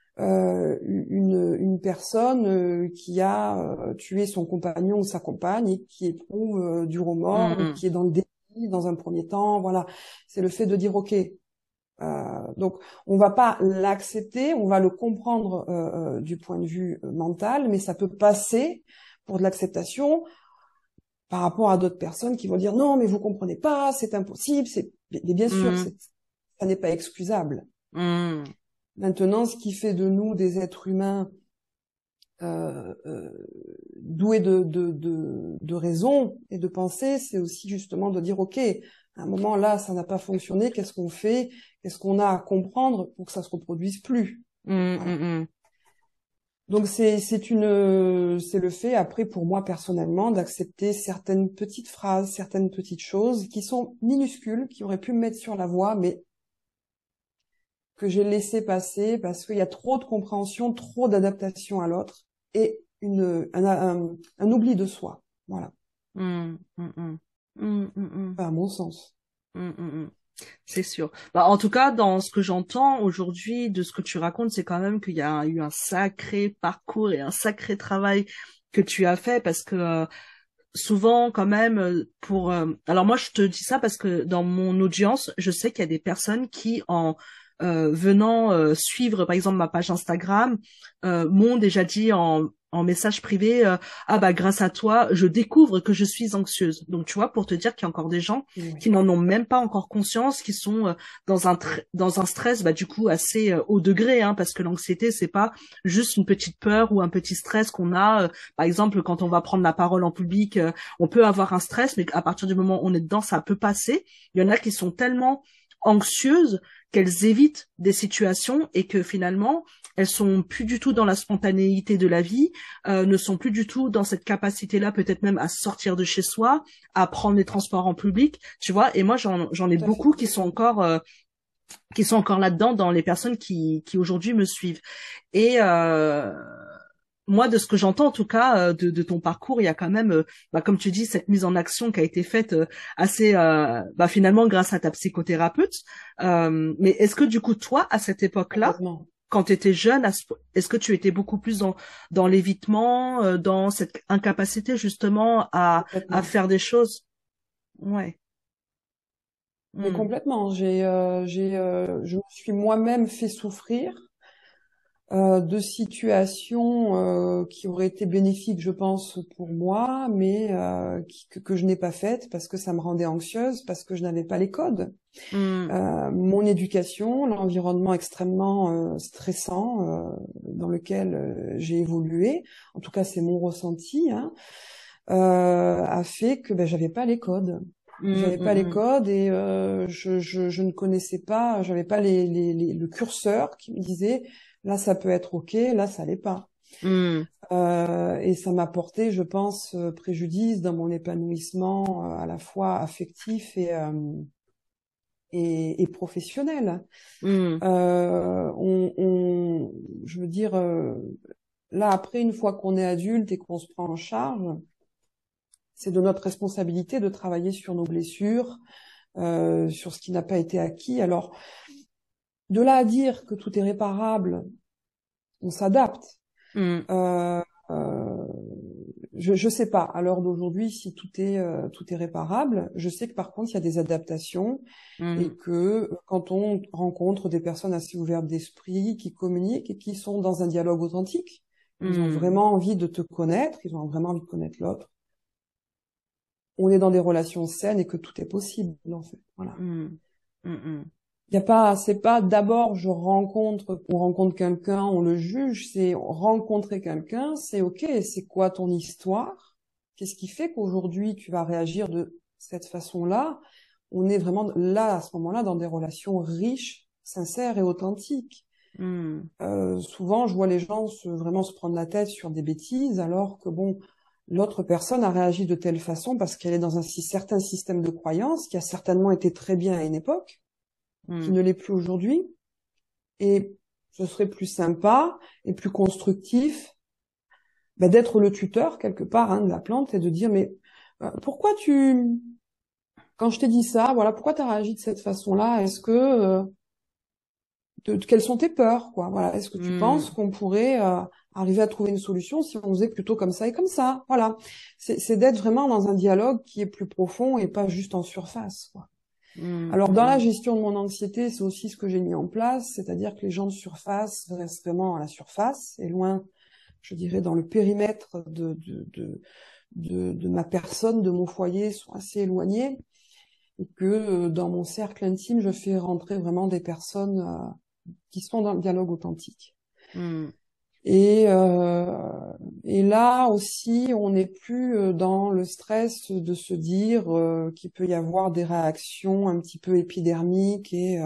Speaker 2: une personne qui a tué son compagnon ou sa compagne et qui éprouve du remords ou qui est dans le déni dans un premier temps. Voilà, c'est le fait de dire ok. Donc, on va pas l'accepter, on va le comprendre du point de vue mental, mais ça peut passer pour de l'acceptation par rapport à d'autres personnes qui vont dire non, mais vous comprenez pas, c'est impossible. Mais bien sûr, ça n'est pas excusable. Maintenant, ce qui fait de nous des êtres humains doués de raison et de pensée, c'est aussi justement de dire ok, à un moment là, ça n'a pas fonctionné, qu'est-ce qu'on fait, qu'est-ce qu'on a à comprendre pour que ça se reproduise plus. Voilà. Donc c'est le fait après pour moi personnellement d'accepter certaines petites phrases, certaines petites choses qui sont minuscules, qui auraient pu me mettre sur la voie, mais que j'ai laissé passer parce qu'il y a trop de compréhension, trop d'adaptation à l'autre et un oubli de soi. Voilà. À mon sens.
Speaker 1: C'est sûr. Bah, en tout cas, dans ce que j'entends aujourd'hui, de ce que tu racontes, c'est quand même qu'il y a eu un sacré parcours et un sacré travail que tu as fait parce que souvent, quand même, alors moi, je te dis ça parce que dans mon audience, je sais qu'il y a des personnes qui, en venant suivre, par exemple, ma page Instagram, m'ont déjà dit en en message privé, ah bah grâce à toi, je découvre que je suis anxieuse. Donc tu vois, pour te dire qu'il y a encore des gens
Speaker 2: Oui,
Speaker 1: qui n'en ont même pas encore conscience, qui sont dans un stress bah du coup assez haut degré, hein, parce que l'anxiété c'est pas juste une petite peur ou un petit stress qu'on a. Par exemple, quand on va prendre la parole en public, on peut avoir un stress, mais à partir du moment où on est dedans, ça peut passer. Il y en a qui sont tellement anxieuses qu'elles évitent des situations et que finalement elles sont plus du tout dans la spontanéité de la vie, ne sont plus du tout dans cette capacité-là, peut-être même à sortir de chez soi, à prendre les transports en public, tu vois. Et moi, j'en ai
Speaker 2: tout à fait.
Speaker 1: beaucoup qui sont encore là-dedans dans les personnes qui aujourd'hui me suivent. Et moi, de ce que j'entends, en tout cas, de ton parcours, il y a quand même, bah, comme tu dis, cette mise en action qui a été faite assez, bah, finalement, grâce à ta psychothérapeute. Mais est-ce que du coup, toi, à cette époque-là,
Speaker 2: Complètement.
Speaker 1: quand tu étais jeune, est-ce que tu étais beaucoup plus dans l'évitement, dans cette incapacité justement à
Speaker 2: Complètement.
Speaker 1: faire des choses? Ouais.
Speaker 2: Mais
Speaker 1: Mm.
Speaker 2: complètement. Je me suis moi-même fait souffrir de situations qui auraient été bénéfiques, je pense, pour moi, mais que je n'ai pas faites parce que ça me rendait anxieuse, parce que je n'avais pas les codes.
Speaker 1: Mm.
Speaker 2: Mon éducation, l'environnement extrêmement stressant dans lequel j'ai évolué, en tout cas c'est mon ressenti, hein, a fait que ben, j'avais pas les codes.
Speaker 1: Mm.
Speaker 2: J'avais pas les
Speaker 1: Mm.
Speaker 2: codes et je ne connaissais pas, j'avais pas le curseur qui me disait là ça peut être ok, là ça l'est pas.
Speaker 1: Mm.
Speaker 2: Et ça m'a porté, je pense, préjudice dans mon épanouissement à la fois affectif et professionnel.
Speaker 1: Mm.
Speaker 2: Je veux dire, là après, une fois qu'on est adulte et qu'on se prend en charge, c'est de notre responsabilité de travailler sur nos blessures, sur ce qui n'a pas été acquis. Alors, de là à dire que tout est réparable, on s'adapte.
Speaker 1: Mm.
Speaker 2: Euh, euh, je sais pas à l'heure d'aujourd'hui si tout est réparable. Je sais que par contre il y a des adaptations et
Speaker 1: Mm.
Speaker 2: que quand on rencontre des personnes assez ouvertes d'esprit qui communiquent et qui sont dans un dialogue authentique, ils ont
Speaker 1: Mm.
Speaker 2: vraiment envie de te connaître, ils ont vraiment envie de connaître l'autre. On est dans des relations saines et que tout est possible en fait. Voilà.
Speaker 1: Mm. Mm. Mm.
Speaker 2: Il y a pas, c'est pas d'abord on rencontre quelqu'un, on le juge, c'est rencontrer quelqu'un, c'est ok, c'est quoi ton histoire? Qu'est-ce qui fait qu'aujourd'hui tu vas réagir de cette façon-là? On est vraiment là, à ce moment-là, dans des relations riches, sincères et authentiques.
Speaker 1: Mm.
Speaker 2: Souvent, je vois les gens vraiment se prendre la tête sur des bêtises, alors que bon, l'autre personne a réagi de telle façon parce qu'elle est dans un certain système de croyance qui a certainement été très bien à une époque qui
Speaker 1: Mm.
Speaker 2: ne l'est plus aujourd'hui. Et ce serait plus sympa et plus constructif ben, d'être le tuteur quelque part hein, de la plante et de dire mais pourquoi quand je t'ai dit ça, voilà, pourquoi tu as réagi de cette façon-là? Est-ce que quelles sont tes peurs, quoi? Voilà, est-ce que tu penses
Speaker 1: Mm.
Speaker 2: qu'on pourrait arriver à trouver une solution si on faisait plutôt comme ça et comme ça? Voilà, c'est d'être vraiment dans un dialogue qui est plus profond et pas juste en surface, quoi.
Speaker 1: Mm.
Speaker 2: Alors, dans la
Speaker 1: Mm.
Speaker 2: gestion de mon anxiété, c'est aussi ce que j'ai mis en place, c'est-à-dire que les gens de surface restent vraiment à la surface et loin, je dirais, dans le périmètre de ma personne, de mon foyer, sont assez éloignés et que dans mon cercle intime, je fais rentrer vraiment des personnes qui sont dans le dialogue authentique.
Speaker 1: Mm.
Speaker 2: Et, euh, et là aussi, on n'est plus dans le stress de se dire qu'il peut y avoir des réactions un petit peu épidermiques et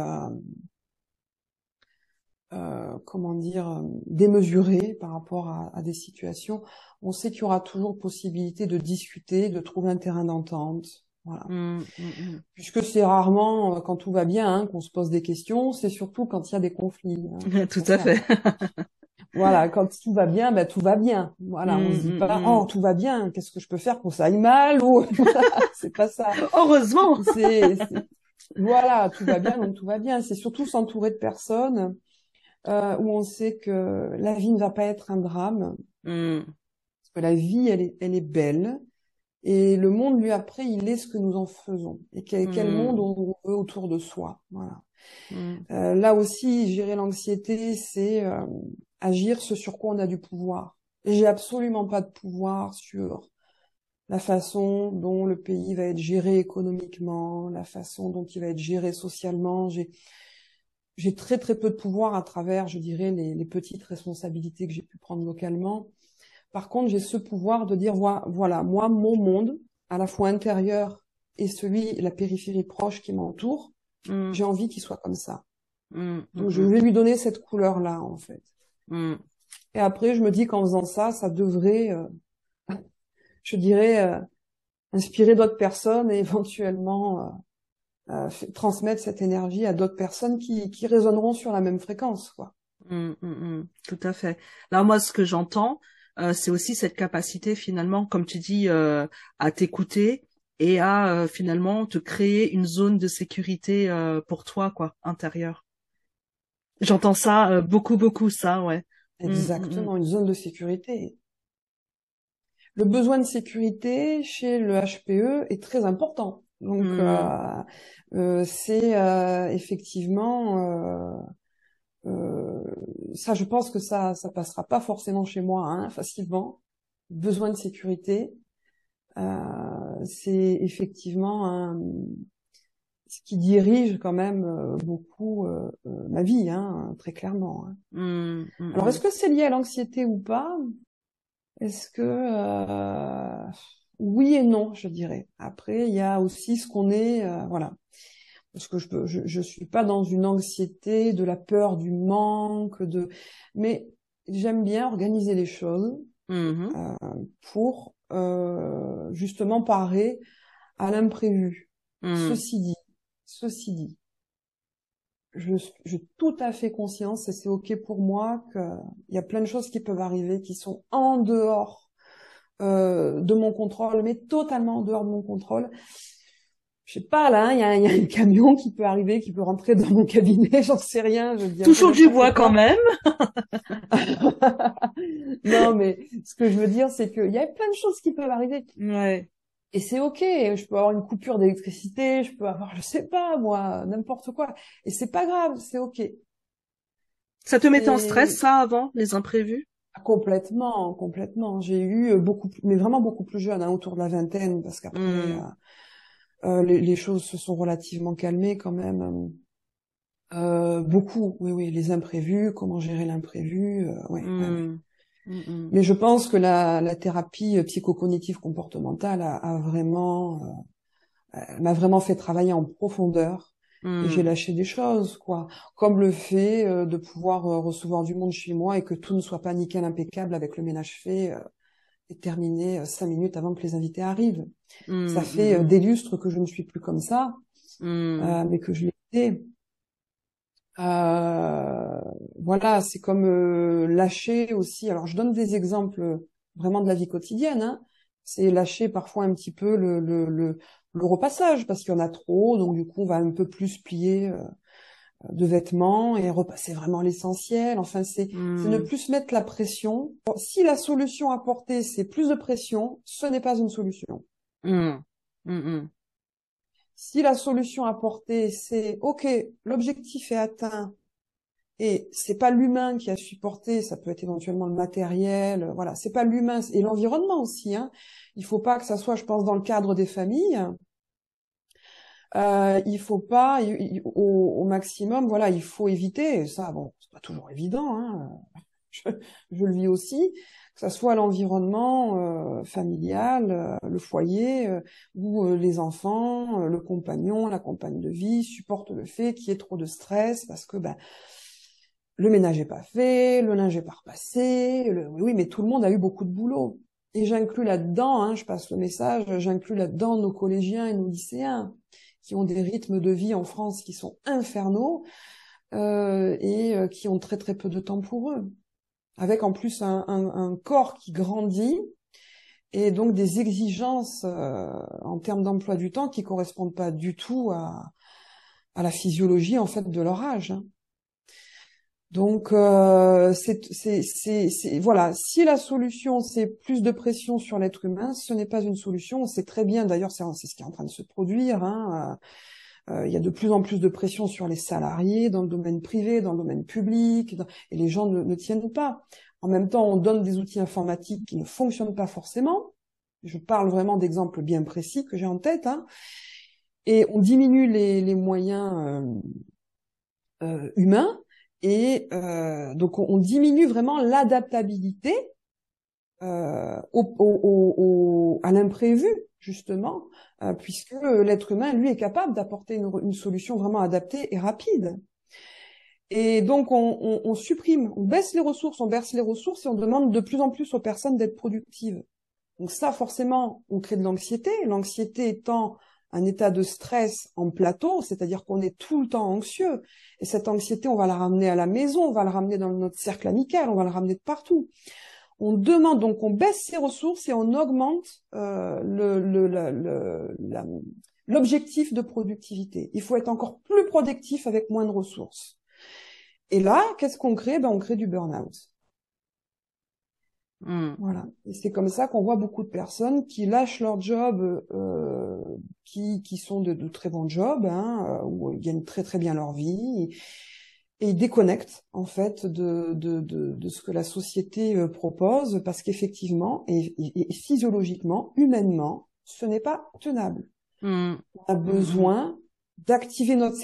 Speaker 2: comment dire démesurées par rapport à des situations. On sait qu'il y aura toujours possibilité de discuter, de trouver un terrain d'entente. Voilà.
Speaker 1: Mm. Mm.
Speaker 2: Puisque c'est rarement quand tout va bien hein, qu'on se pose des questions, c'est surtout quand il y a des conflits. Hein.
Speaker 1: Mm. Tout
Speaker 2: C'est
Speaker 1: à
Speaker 2: ça.
Speaker 1: fait.
Speaker 2: Voilà, quand tout va bien, ben tout va bien. Voilà, on se
Speaker 1: Mm.
Speaker 2: dit
Speaker 1: Mm.
Speaker 2: pas
Speaker 1: Mm.
Speaker 2: oh tout va bien, qu'est-ce que je peux faire pour que ça aille mal ou c'est pas ça.
Speaker 1: Heureusement.
Speaker 2: Voilà, tout va bien donc tout va bien. C'est surtout s'entourer de personnes où on sait que la vie ne va pas être un drame,
Speaker 1: Mm.
Speaker 2: parce que la vie elle est belle et le monde lui après il est ce que nous en faisons et quel monde
Speaker 1: Mm.
Speaker 2: on veut autour de soi. Voilà.
Speaker 1: Mm.
Speaker 2: Là aussi, gérer l'anxiété, c'est agir ce sur quoi on a du pouvoir. J'ai absolument pas de pouvoir sur la façon dont le pays va être géré économiquement, la façon dont il va être géré socialement. J'ai très très peu de pouvoir à travers, je dirais, les petites responsabilités que j'ai pu prendre localement. Par contre, j'ai ce pouvoir de dire, voilà, moi, mon monde, à la fois intérieur et celui, la périphérie proche qui m'entoure,
Speaker 1: Mm,
Speaker 2: j'ai envie qu'il soit comme ça.
Speaker 1: mm,
Speaker 2: Donc, je
Speaker 1: mm,
Speaker 2: vais lui donner cette couleur-là, en fait.
Speaker 1: mm,
Speaker 2: Et après, je me dis qu'en faisant ça, ça devrait, je dirais, inspirer d'autres personnes et éventuellement transmettre cette énergie à d'autres personnes qui résonneront sur la même fréquence, quoi.
Speaker 1: tout à fait. Là, moi, ce que j'entends, c'est aussi cette capacité finalement, comme tu dis, à t'écouter et à finalement te créer une zone de sécurité pour toi, quoi, intérieure. J'entends ça beaucoup, beaucoup, ça, ouais. Mm.
Speaker 2: Exactement, une zone de sécurité. Le besoin de sécurité chez le HPE est très important. Donc,
Speaker 1: Mm.
Speaker 2: c'est effectivement ça. Je pense que ça passera pas forcément chez moi, hein, facilement. Besoin de sécurité, c'est effectivement ce qui dirige quand même beaucoup ma vie, hein, très clairement, hein.
Speaker 1: Mm, mm,
Speaker 2: Alors, est-ce
Speaker 1: mm.
Speaker 2: que c'est lié à l'anxiété ou pas? Est-ce que oui et non, je dirais. Après, il y a aussi ce qu'on est, voilà. Parce que je suis pas dans une anxiété de la peur du manque, mais j'aime bien organiser les choses
Speaker 1: Mhm.
Speaker 2: euh, pour justement parer à l'imprévu.
Speaker 1: Mm.
Speaker 2: Ceci dit, ceci dit, j'ai tout à fait conscience et c'est ok pour moi qu'il y a plein de choses qui peuvent arriver qui sont en dehors de mon contrôle, mais totalement en dehors de mon contrôle. Je sais pas, là, il y a un camion qui peut arriver, qui peut rentrer dans mon cabinet, j'en sais rien, je dis un peu
Speaker 1: Toujours du
Speaker 2: n'importe
Speaker 1: bois quand
Speaker 2: quoi.
Speaker 1: même.
Speaker 2: Non, mais ce que je veux dire, c'est qu'il y a plein de choses qui peuvent arriver.
Speaker 1: Ouais.
Speaker 2: Et c'est ok, je peux avoir une coupure d'électricité, je peux avoir, je sais pas, moi, n'importe quoi. Et c'est pas grave, c'est ok.
Speaker 1: Ça te mettait en stress,
Speaker 2: C'est
Speaker 1: ça, avant, les imprévus?
Speaker 2: complètement, complètement. J'ai eu beaucoup, mais vraiment beaucoup plus jeune, hein, autour de la vingtaine, parce qu'après,
Speaker 1: Mm.
Speaker 2: les choses se sont relativement calmées quand même. Beaucoup, oui, oui, les imprévus, comment gérer l'imprévu, ouais, ouais, ouais.
Speaker 1: Mm. Mm,
Speaker 2: Mais je pense que la thérapie psychocognitive comportementale a vraiment, m'a vraiment fait travailler en profondeur et j'ai
Speaker 1: mm.
Speaker 2: lâché des choses, quoi. Comme le fait de pouvoir recevoir du monde chez moi et que tout ne soit pas nickel impeccable avec le ménage fait et terminé 5 minutes avant que les invités arrivent. Ça
Speaker 1: Mm,
Speaker 2: fait
Speaker 1: mm,
Speaker 2: des lustres que je ne suis plus comme ça,
Speaker 1: mm,
Speaker 2: mais que je l'ai été. Voilà, c'est comme lâcher aussi. Alors, je donne des exemples vraiment de la vie quotidienne, hein. C'est lâcher parfois un petit peu le repassage parce qu'il y en a trop, donc du coup, on va un peu plus plier de vêtements et repasser vraiment l'essentiel. Enfin, c'est ne
Speaker 1: mm,
Speaker 2: plus se mettre la pression. Bon, si la solution apportée, c'est plus de pression, ce n'est pas une solution.
Speaker 1: mm, mm, mm,
Speaker 2: Si la solution apportée, c'est OK, l'objectif est atteint. Et c'est pas l'humain qui a supporté, ça peut être éventuellement le matériel, voilà, c'est pas l'humain et l'environnement aussi, hein. Il faut pas que ça soit, je pense, dans le cadre des familles. Il faut pas, au maximum, voilà, il faut éviter. Et ça, bon, c'est pas toujours évident, hein. Je, je le vis aussi, que ça soit l'environnement familial, le foyer, où les enfants, le compagnon, la compagne de vie supportent le fait qu'il y ait trop de stress parce que ben le ménage est pas fait, le linge est pas repassé, oui, mais tout le monde a eu beaucoup de boulot. Et j'inclus là-dedans, hein, je passe le message, j'inclus là-dedans nos collégiens et nos lycéens qui ont des rythmes de vie en France qui sont infernaux et qui ont très très peu de temps pour eux. Avec en plus un corps qui grandit et donc des exigences en termes d'emploi du temps qui correspondent pas du tout à la physiologie en fait de leur âge, hein. Donc, voilà. Si la solution, c'est plus de pression sur l'être humain, ce n'est pas une solution. C'est très bien. D'ailleurs, c'est ce qui est en train de se produire, hein. Il y a de plus en plus de pression sur les salariés dans le domaine privé, dans le domaine public, et les gens ne tiennent pas. En même temps, on donne des outils informatiques qui ne fonctionnent pas forcément. Je parle vraiment d'exemples bien précis que j'ai en tête, hein. Et on diminue les moyens humains et donc on diminue vraiment l'adaptabilité à l'imprévu, justement, puisque l'être humain, lui, est capable d'apporter une solution vraiment adaptée et rapide. Et donc, on supprime, on baisse les ressources et on demande de plus en plus aux personnes d'être productives. Donc ça, forcément, on crée de l'anxiété. L'anxiété étant un état de stress en plateau, c'est-à-dire qu'on est tout le temps anxieux. Et cette anxiété, on va la ramener à la maison, on va la ramener dans notre cercle amical, on va la ramener de partout. On demande donc, on baisse ses ressources et on augmente l'objectif de productivité. Il faut être encore plus productif avec moins de ressources. Et là, qu'est-ce qu'on crée? On crée du burn-out. Voilà. Et c'est comme ça qu'on voit beaucoup de personnes qui lâchent leur job, qui sont de très bons jobs, hein, où ils gagnent très très bien leur vie, et ils déconnectent en fait de ce que la société propose, parce qu'effectivement et physiologiquement, humainement, ce n'est pas tenable. On a besoin d'activer notre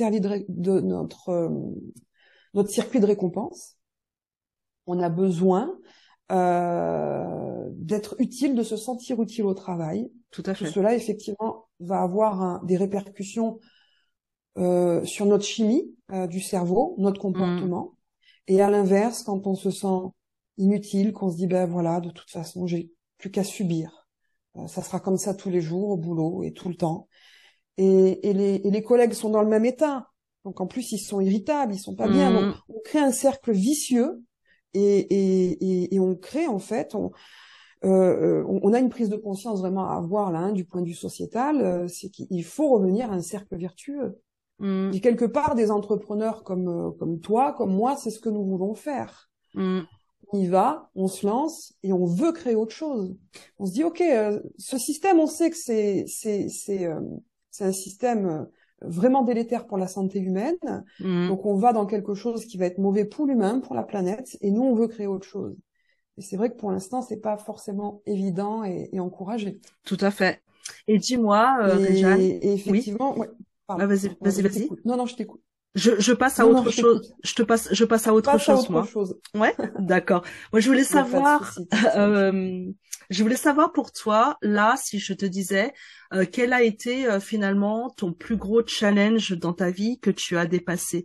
Speaker 2: notre circuit de récompense. On a besoin d'être utile, de se sentir utile au travail.
Speaker 1: Tout à fait.
Speaker 2: Tout cela, effectivement, va avoir des répercussions sur notre chimie du cerveau, notre comportement. Et à l'inverse, quand on se sent inutile, qu'on se dit, ben voilà, de toute façon, j'ai plus qu'à subir. Ça sera comme ça tous les jours, au boulot et tout le temps. Et les collègues sont dans le même état. Donc en plus, ils sont irritables, ils sont pas bien. Donc on crée un cercle vicieux et on crée en fait, on a une prise de conscience vraiment à avoir là, hein, du point de vue sociétal, c'est qu'il faut revenir à un cercle vertueux. Et quelque part, des entrepreneurs comme toi, comme moi, c'est ce que nous voulons faire. On y va, on se lance et on veut créer autre chose. On se dit, ok, ce système, on sait que c'est un système vraiment délétère pour la santé humaine. Donc on va dans quelque chose qui va être mauvais pour l'humain, pour la planète, et nous on veut créer autre chose. Et c'est vrai que pour l'instant c'est pas forcément évident et encouragé.
Speaker 1: Tout à fait. Et dis-moi, Réjeanne.
Speaker 2: Et effectivement,
Speaker 1: oui.
Speaker 2: Ouais.
Speaker 1: Ah, vas-y.
Speaker 2: Non, je t'écoute.
Speaker 1: Je passe à autre chose. Je passe à autre chose, moi. Ouais, d'accord. Moi, je voulais savoir, je voulais savoir pour toi, là, si je te disais, quel a été finalement ton plus gros challenge dans ta vie que tu as dépassé?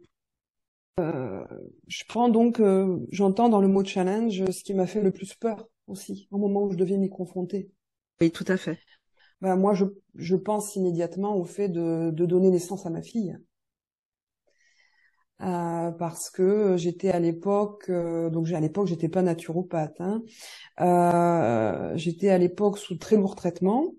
Speaker 2: Je prends donc, j'entends dans le mot challenge ce qui m'a fait le plus peur aussi, au moment où je devais m'y confronter.
Speaker 1: Oui, tout à fait.
Speaker 2: Moi, je pense immédiatement au fait de donner naissance à ma fille. Parce que j'étais à l'époque, j'étais pas naturopathe, hein. J'étais à l'époque sous très lourd traitement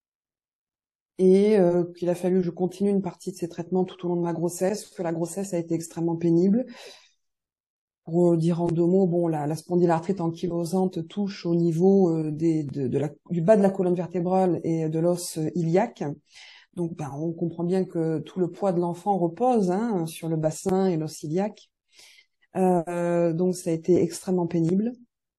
Speaker 2: et qu'il a fallu que je continue une partie de ces traitements tout au long de ma grossesse, que la grossesse a été extrêmement pénible. Pour dire en deux mots, la spondylarthrite ankylosante touche au niveau du bas de la colonne vertébrale et de l'os iliaque. Donc, on comprend bien que tout le poids de l'enfant repose, hein, sur le bassin et l'os iliaque. Donc, ça a été extrêmement pénible.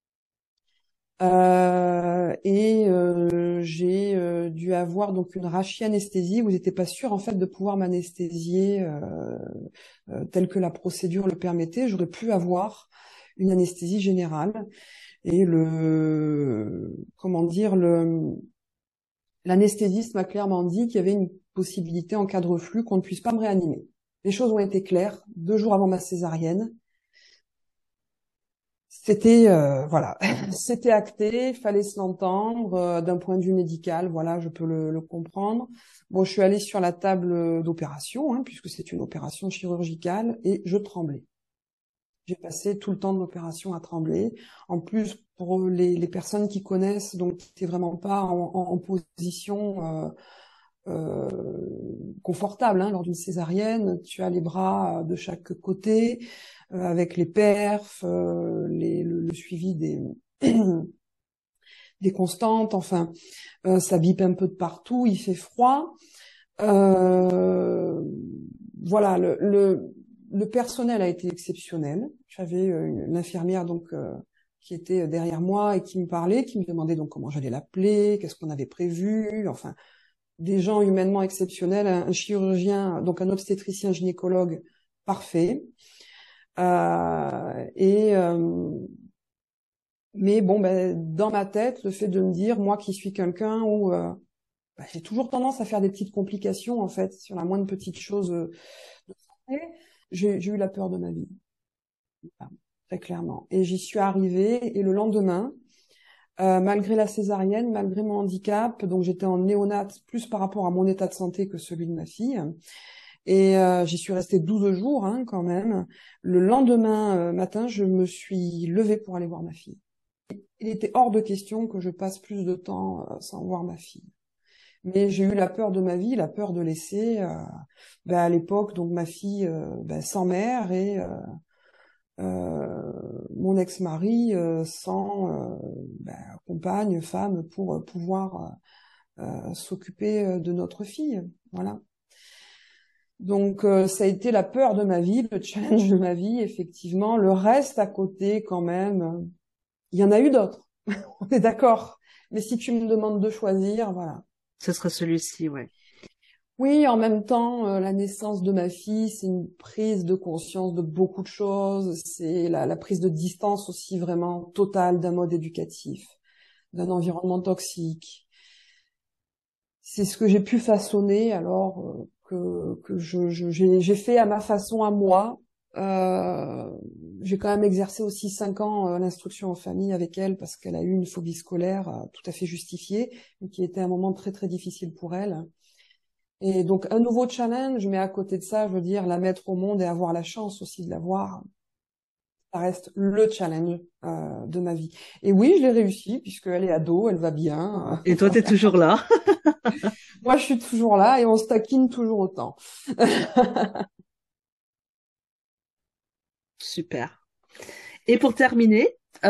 Speaker 2: J'ai dû avoir donc une rachianesthésie où j'étais pas sûre en fait de pouvoir m'anesthésier tel que la procédure le permettait. J'aurais pu avoir une anesthésie générale et l'anesthésiste m'a clairement dit qu'il y avait une possibilité en cas de reflux qu'on ne puisse pas me réanimer. Les choses ont été claires 2 jours avant ma césarienne. C'était c'était acté, il fallait se l'entendre d'un point de vue médical, voilà, je peux le comprendre. Bon, je suis allée sur la table d'opération, hein, puisque c'est une opération chirurgicale, et je tremblais. J'ai passé tout le temps de l'opération à trembler. En plus, pour les personnes qui connaissent, donc t'es vraiment pas en position confortable, hein, lors d'une césarienne. Tu as les bras de chaque côté, avec les perfs, le suivi des constantes. Enfin, ça bip un peu de partout. Il fait froid. Voilà, le personnel a été exceptionnel. J'avais une infirmière donc qui était derrière moi et qui me parlait, qui me demandait donc comment j'allais l'appeler, qu'est-ce qu'on avait prévu, enfin des gens humainement exceptionnels, un chirurgien, donc un obstétricien gynécologue parfait. Mais bon, ben, dans ma tête, le fait de me dire, moi qui suis quelqu'un où ben, j'ai toujours tendance à faire des petites complications en fait sur la moindre petite chose de santé, j'ai eu la peur de ma vie, voilà, très clairement. Et j'y suis arrivée et le lendemain, malgré la césarienne, malgré mon handicap, donc j'étais en néonate plus par rapport à mon état de santé que celui de ma fille. Et j'y suis restée 12 jours hein, quand même. Le lendemain matin, je me suis levée pour aller voir ma fille. Il était hors de question que je passe plus de temps sans voir ma fille. Mais j'ai eu la peur de ma vie, la peur de laisser ben, à l'époque donc ma fille ben, sans mère et mon ex-mari sans ben, compagne, femme pour pouvoir s'occuper de notre fille. Voilà. Donc ça a été la peur de ma vie, le challenge de ma vie, effectivement. Le reste à côté, quand même, il y en a eu d'autres. On est d'accord. Mais si tu me demandes de choisir, voilà.
Speaker 1: Ce sera celui-ci, ouais.
Speaker 2: Oui, en même temps, la naissance de ma fille, c'est une prise de conscience de beaucoup de choses. C'est la prise de distance aussi vraiment totale d'un mode éducatif, d'un environnement toxique. C'est ce que j'ai pu façonner alors que j'ai fait à ma façon à moi. J'ai quand même exercé aussi 5 ans l'instruction en famille avec elle parce qu'elle a eu une phobie scolaire tout à fait justifiée, mais qui était un moment très très difficile pour elle. Et donc un nouveau challenge, mais à côté de ça, je veux dire, la mettre au monde et avoir la chance aussi de l'avoir, ça reste le challenge de ma vie. Et oui, je l'ai réussi puisqu'elle est ado, elle va bien.
Speaker 1: Et toi, t'es toujours là.
Speaker 2: Moi, je suis toujours là et on se taquine toujours autant.
Speaker 1: Super. Et pour terminer,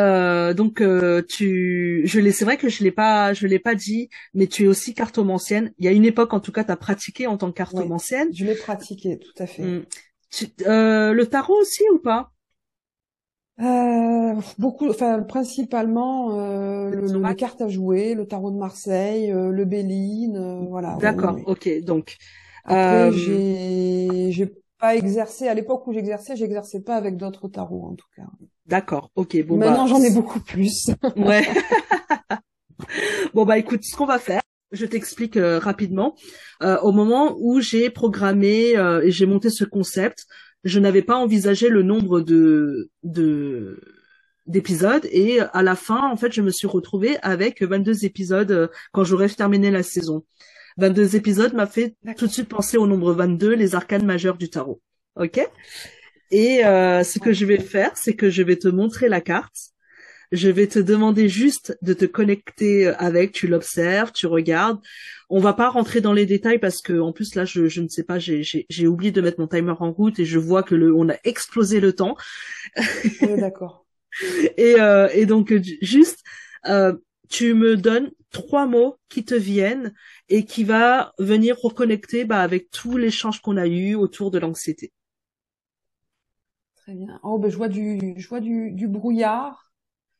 Speaker 1: c'est vrai que je l'ai pas dit, mais tu es aussi cartomancienne. Il y a une époque, en tout cas, tu as pratiqué en tant que
Speaker 2: Oui,
Speaker 1: cartomancienne.
Speaker 2: je l'ai pratiqué, tout à fait.
Speaker 1: Le tarot aussi ou pas?
Speaker 2: Beaucoup, enfin principalement
Speaker 1: Les
Speaker 2: les
Speaker 1: oracles.
Speaker 2: cartes à jouer, le tarot de Marseille, le Béline, voilà. Oui, oui,
Speaker 1: D'accord,
Speaker 2: oui.
Speaker 1: ok. Donc,
Speaker 2: Après, j'ai pas exercé à l'époque où j'exerçais pas avec d'autres tarots en tout cas.
Speaker 1: d'accord, ok. Bon bah,
Speaker 2: Maintenant, j'en ai beaucoup plus.
Speaker 1: ouais. Bon bah, écoute, ce qu'on va faire, je t'explique rapidement. Au moment où j'ai programmé et j'ai monté ce concept, je n'avais pas envisagé le nombre de d'épisodes et à la fin, en fait, je me suis retrouvée avec 22 épisodes quand j'aurais terminé la saison. 22 épisodes m'a fait tout de
Speaker 2: D'accord.
Speaker 1: suite penser au nombre 22, les arcanes majeures du tarot. Ok? Et ce que je vais faire, c'est que je vais te montrer la carte. Je vais te demander juste de te connecter avec, tu l'observes, tu regardes. On va pas rentrer dans les détails parce que en plus là je ne sais pas, j'ai oublié de mettre mon timer en route et je vois que on a explosé le temps.
Speaker 2: On est d'accord.
Speaker 1: Et donc juste tu me donnes 3 mots qui te viennent et qui va venir reconnecter bah, avec tout l'échange qu'on a eu autour de l'anxiété.
Speaker 2: Très bien. Oh, ben, je vois du brouillard,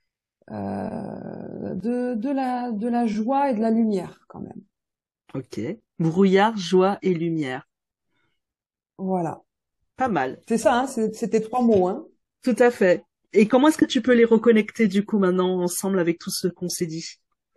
Speaker 2: de la joie et de la lumière quand même.
Speaker 1: Ok. Brouillard, joie et lumière.
Speaker 2: Voilà.
Speaker 1: Pas mal.
Speaker 2: C'est ça, hein, c'était 3 mots, hein.
Speaker 1: Tout à fait. Et comment est-ce que tu peux les reconnecter du coup maintenant ensemble avec tout ce qu'on s'est dit?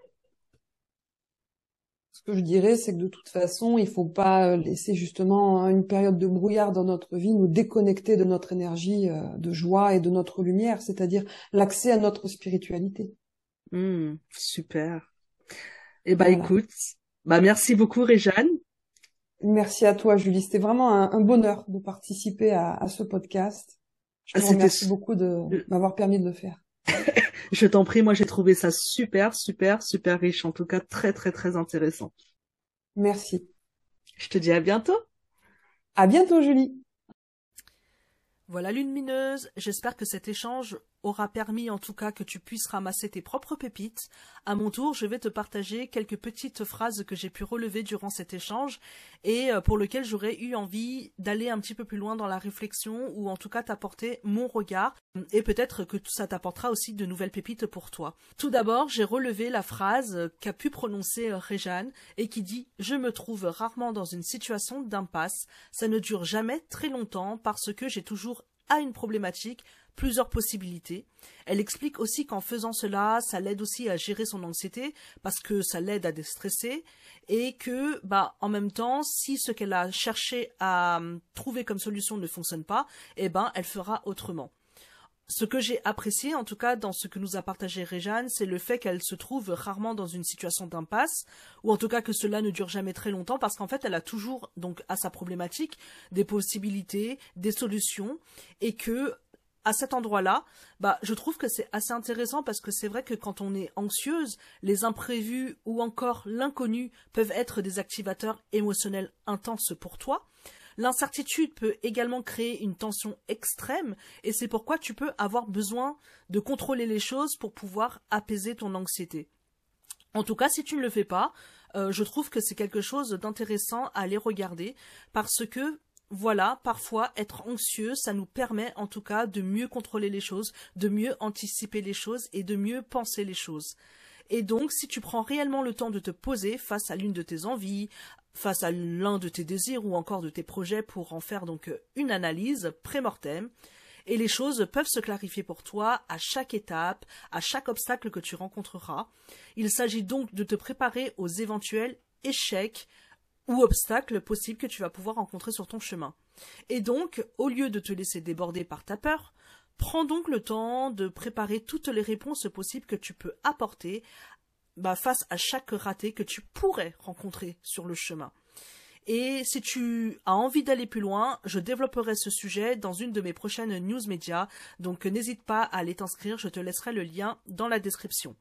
Speaker 2: Ce que je dirais, c'est que de toute façon, il faut pas laisser justement hein, une période de brouillard dans notre vie nous déconnecter de notre énergie de joie et de notre lumière, c'est-à-dire l'accès à notre spiritualité.
Speaker 1: Super. Eh ben
Speaker 2: Voilà.
Speaker 1: écoute, bah merci beaucoup Réjeanne.
Speaker 2: Merci à toi, Julie. C'était vraiment un bonheur de participer à ce podcast. Je
Speaker 1: Ah,
Speaker 2: te
Speaker 1: C'était,
Speaker 2: remercie beaucoup de
Speaker 1: euh,
Speaker 2: m'avoir permis de le faire.
Speaker 1: je t'en prie, moi j'ai trouvé ça super, super, super riche, en tout cas très, très, très intéressant.
Speaker 2: Merci.
Speaker 1: Je te dis à bientôt.
Speaker 2: À bientôt, Julie.
Speaker 1: Voilà Lune Mineuse, j'espère que cet échange aura permis en tout cas que tu puisses ramasser tes propres pépites, à mon tour, je vais te partager quelques petites phrases que j'ai pu relever durant cet échange et pour lequel j'aurais eu envie d'aller un petit peu plus loin dans la réflexion ou en tout cas t'apporter mon regard et peut-être que ça t'apportera aussi de nouvelles pépites pour toi. Tout d'abord, j'ai relevé la phrase qu'a pu prononcer Réjeanne et qui dit « Je me trouve rarement dans une situation d'impasse, ça ne dure jamais très longtemps parce que j'ai toujours à une problématique, plusieurs possibilités. » Elle explique aussi qu'en faisant cela, ça l'aide aussi à gérer son anxiété parce que ça l'aide à déstresser et que, en même temps, si ce qu'elle a cherché à trouver comme solution ne fonctionne pas, elle fera autrement. Ce que j'ai apprécié, en tout cas, dans ce que nous a partagé Réjeanne, c'est le fait qu'elle se trouve rarement dans une situation d'impasse, ou en tout cas que cela ne dure jamais très longtemps, parce qu'en fait, elle a toujours, donc, à sa problématique, des possibilités, des solutions, et que, à cet endroit-là, je trouve que c'est assez intéressant parce que c'est vrai que quand on est anxieuse, les imprévus ou encore l'inconnu peuvent être des activateurs émotionnels intenses pour toi. L'incertitude peut également créer une tension extrême et c'est pourquoi tu peux avoir besoin de contrôler les choses pour pouvoir apaiser ton anxiété. En tout cas, si tu ne le fais pas, je trouve que c'est quelque chose d'intéressant à aller regarder parce que voilà, parfois être anxieux, ça nous permet en tout cas de mieux contrôler les choses, de mieux anticiper les choses et de mieux penser les choses. Et donc, si tu prends réellement le temps de te poser face à l'une de tes envies, face à l'un de tes désirs ou encore de tes projets pour en faire donc une analyse pré-mortem, et les choses peuvent se clarifier pour toi à chaque étape, à chaque obstacle que tu rencontreras. Il s'agit donc de te préparer aux éventuels échecs ou obstacles possibles que tu vas pouvoir rencontrer sur ton chemin. Et donc, au lieu de te laisser déborder par ta peur, prends donc le temps de préparer toutes les réponses possibles que tu peux apporter face à chaque raté que tu pourrais rencontrer sur le chemin. Et si tu as envie d'aller plus loin, je développerai ce sujet dans une de mes prochaines news médias, donc n'hésite pas à aller t'inscrire, je te laisserai le lien dans la description.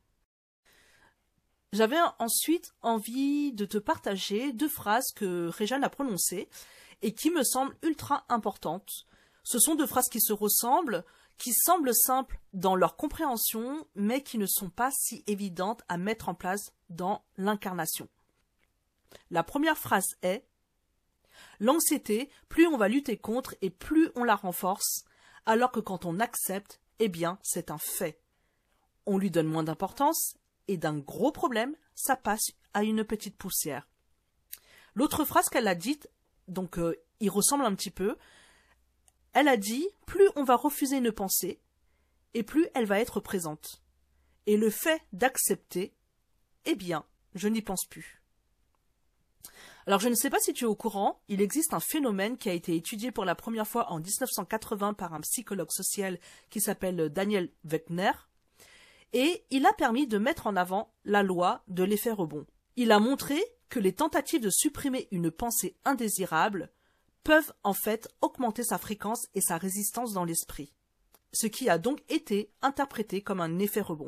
Speaker 1: J'avais ensuite envie de te partager 2 phrases que Réjeanne a prononcées et qui me semblent ultra importantes. Ce sont 2 phrases qui se ressemblent, qui semblent simples dans leur compréhension, mais qui ne sont pas si évidentes à mettre en place dans l'incarnation. La première phrase est « L'anxiété, plus on va lutter contre et plus on la renforce, alors que quand on accepte, c'est un fait. On lui donne moins d'importance et d'un gros problème, ça passe à une petite poussière. » L'autre phrase qu'elle a dite, donc il ressemble un petit peu, elle a dit « Plus on va refuser une pensée, et plus elle va être présente. Et le fait d'accepter, je n'y pense plus. » Alors je ne sais pas si tu es au courant, il existe un phénomène qui a été étudié pour la première fois en 1980 par un psychologue social qui s'appelle Daniel Wegner, et il a permis de mettre en avant la loi de l'effet rebond. Il a montré que les tentatives de supprimer une pensée indésirable peuvent en fait augmenter sa fréquence et sa résistance dans l'esprit, ce qui a donc été interprété comme un effet rebond.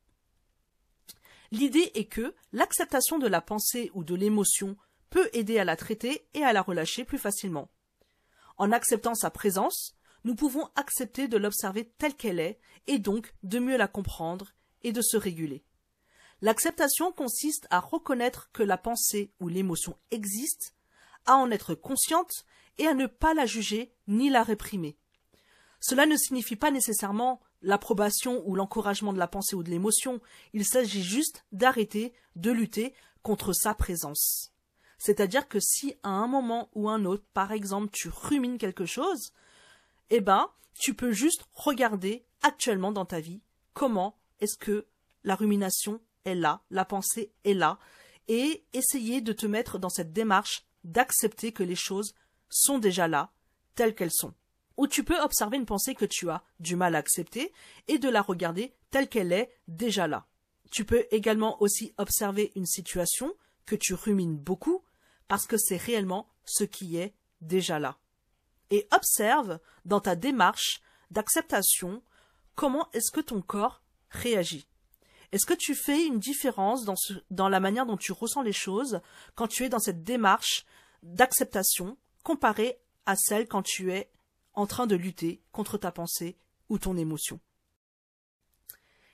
Speaker 1: L'idée est que l'acceptation de la pensée ou de l'émotion peut aider à la traiter et à la relâcher plus facilement. En acceptant sa présence, nous pouvons accepter de l'observer telle qu'elle est et donc de mieux la comprendre et de se réguler. L'acceptation consiste à reconnaître que la pensée ou l'émotion existe, à en être consciente et à ne pas la juger ni la réprimer. Cela ne signifie pas nécessairement l'approbation ou l'encouragement de la pensée ou de l'émotion, il s'agit juste d'arrêter de lutter contre sa présence. C'est-à-dire que si à un moment ou un autre, par exemple, tu rumines quelque chose, tu peux juste regarder actuellement dans ta vie comment est-ce que la rumination est là, la pensée est là, et essayer de te mettre dans cette démarche d'accepter que les choses sont déjà là, telles qu'elles sont. Ou tu peux observer une pensée que tu as du mal à accepter et de la regarder telle qu'elle est déjà là. Tu peux également aussi observer une situation que tu rumines beaucoup parce que c'est réellement ce qui est déjà là. Et observe dans ta démarche d'acceptation comment est-ce que ton corps réagit. Est-ce que tu fais une différence dans la manière dont tu ressens les choses quand tu es dans cette démarche d'acceptation comparée à celle quand tu es en train de lutter contre ta pensée ou ton émotion?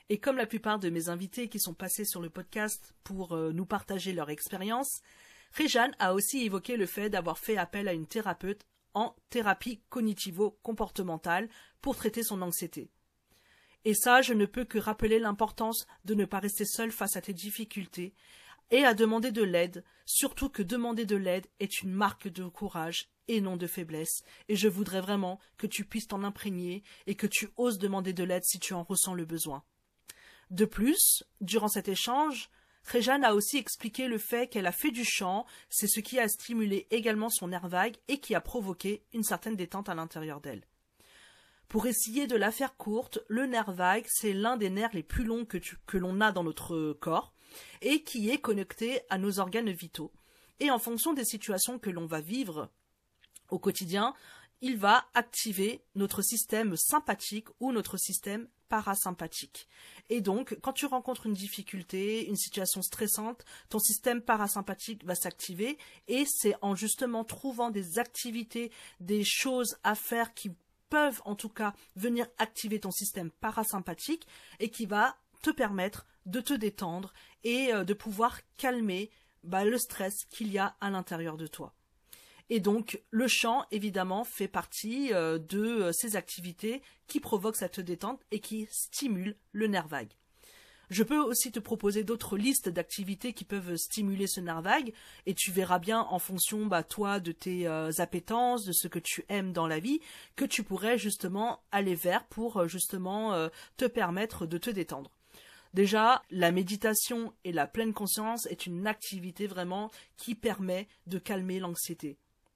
Speaker 1: Et comme la plupart de mes invités qui sont passés sur le podcast pour nous partager leur expérience, Réjeanne a aussi évoqué le fait d'avoir fait appel à une thérapeute en thérapie cognitivo-comportementale pour traiter son anxiété. Et ça, je ne peux que rappeler l'importance de ne pas rester seul face à tes difficultés et à demander de l'aide, surtout que demander de l'aide est une marque de courage et non de faiblesse, et je voudrais vraiment que tu puisses t'en imprégner et que tu oses demander de l'aide si tu en ressens le besoin. De plus, durant cet échange, Réjeanne a aussi expliqué le fait qu'elle a fait du chant, c'est ce qui a stimulé également son nerf vague et qui a provoqué une certaine détente à l'intérieur d'elle. Pour essayer de la faire courte, le nerf vague, c'est l'un des nerfs les plus longs que l'on a dans notre corps et qui est connecté à nos organes vitaux. Et en fonction des situations que l'on va vivre au quotidien, il va activer notre système sympathique ou notre système parasympathique. Et donc, quand tu rencontres une difficulté, une situation stressante, ton système parasympathique va s'activer et c'est en justement trouvant des activités, des choses à faire qui peuvent en tout cas venir activer ton système parasympathique et qui va te permettre de te détendre et de pouvoir calmer le stress qu'il y a à l'intérieur de toi. Et donc, le chant, évidemment, fait partie de ces activités qui provoquent cette détente et qui stimulent le nerf vague. Je peux aussi te proposer d'autres listes d'activités qui peuvent stimuler ce nerf vague et tu verras bien en fonction, toi, de tes appétences, de ce que tu aimes dans la vie, que tu pourrais justement aller vers pour justement te permettre de te détendre. Déjà, la méditation et la pleine conscience est une activité vraiment qui permet de calmer l'anxiété.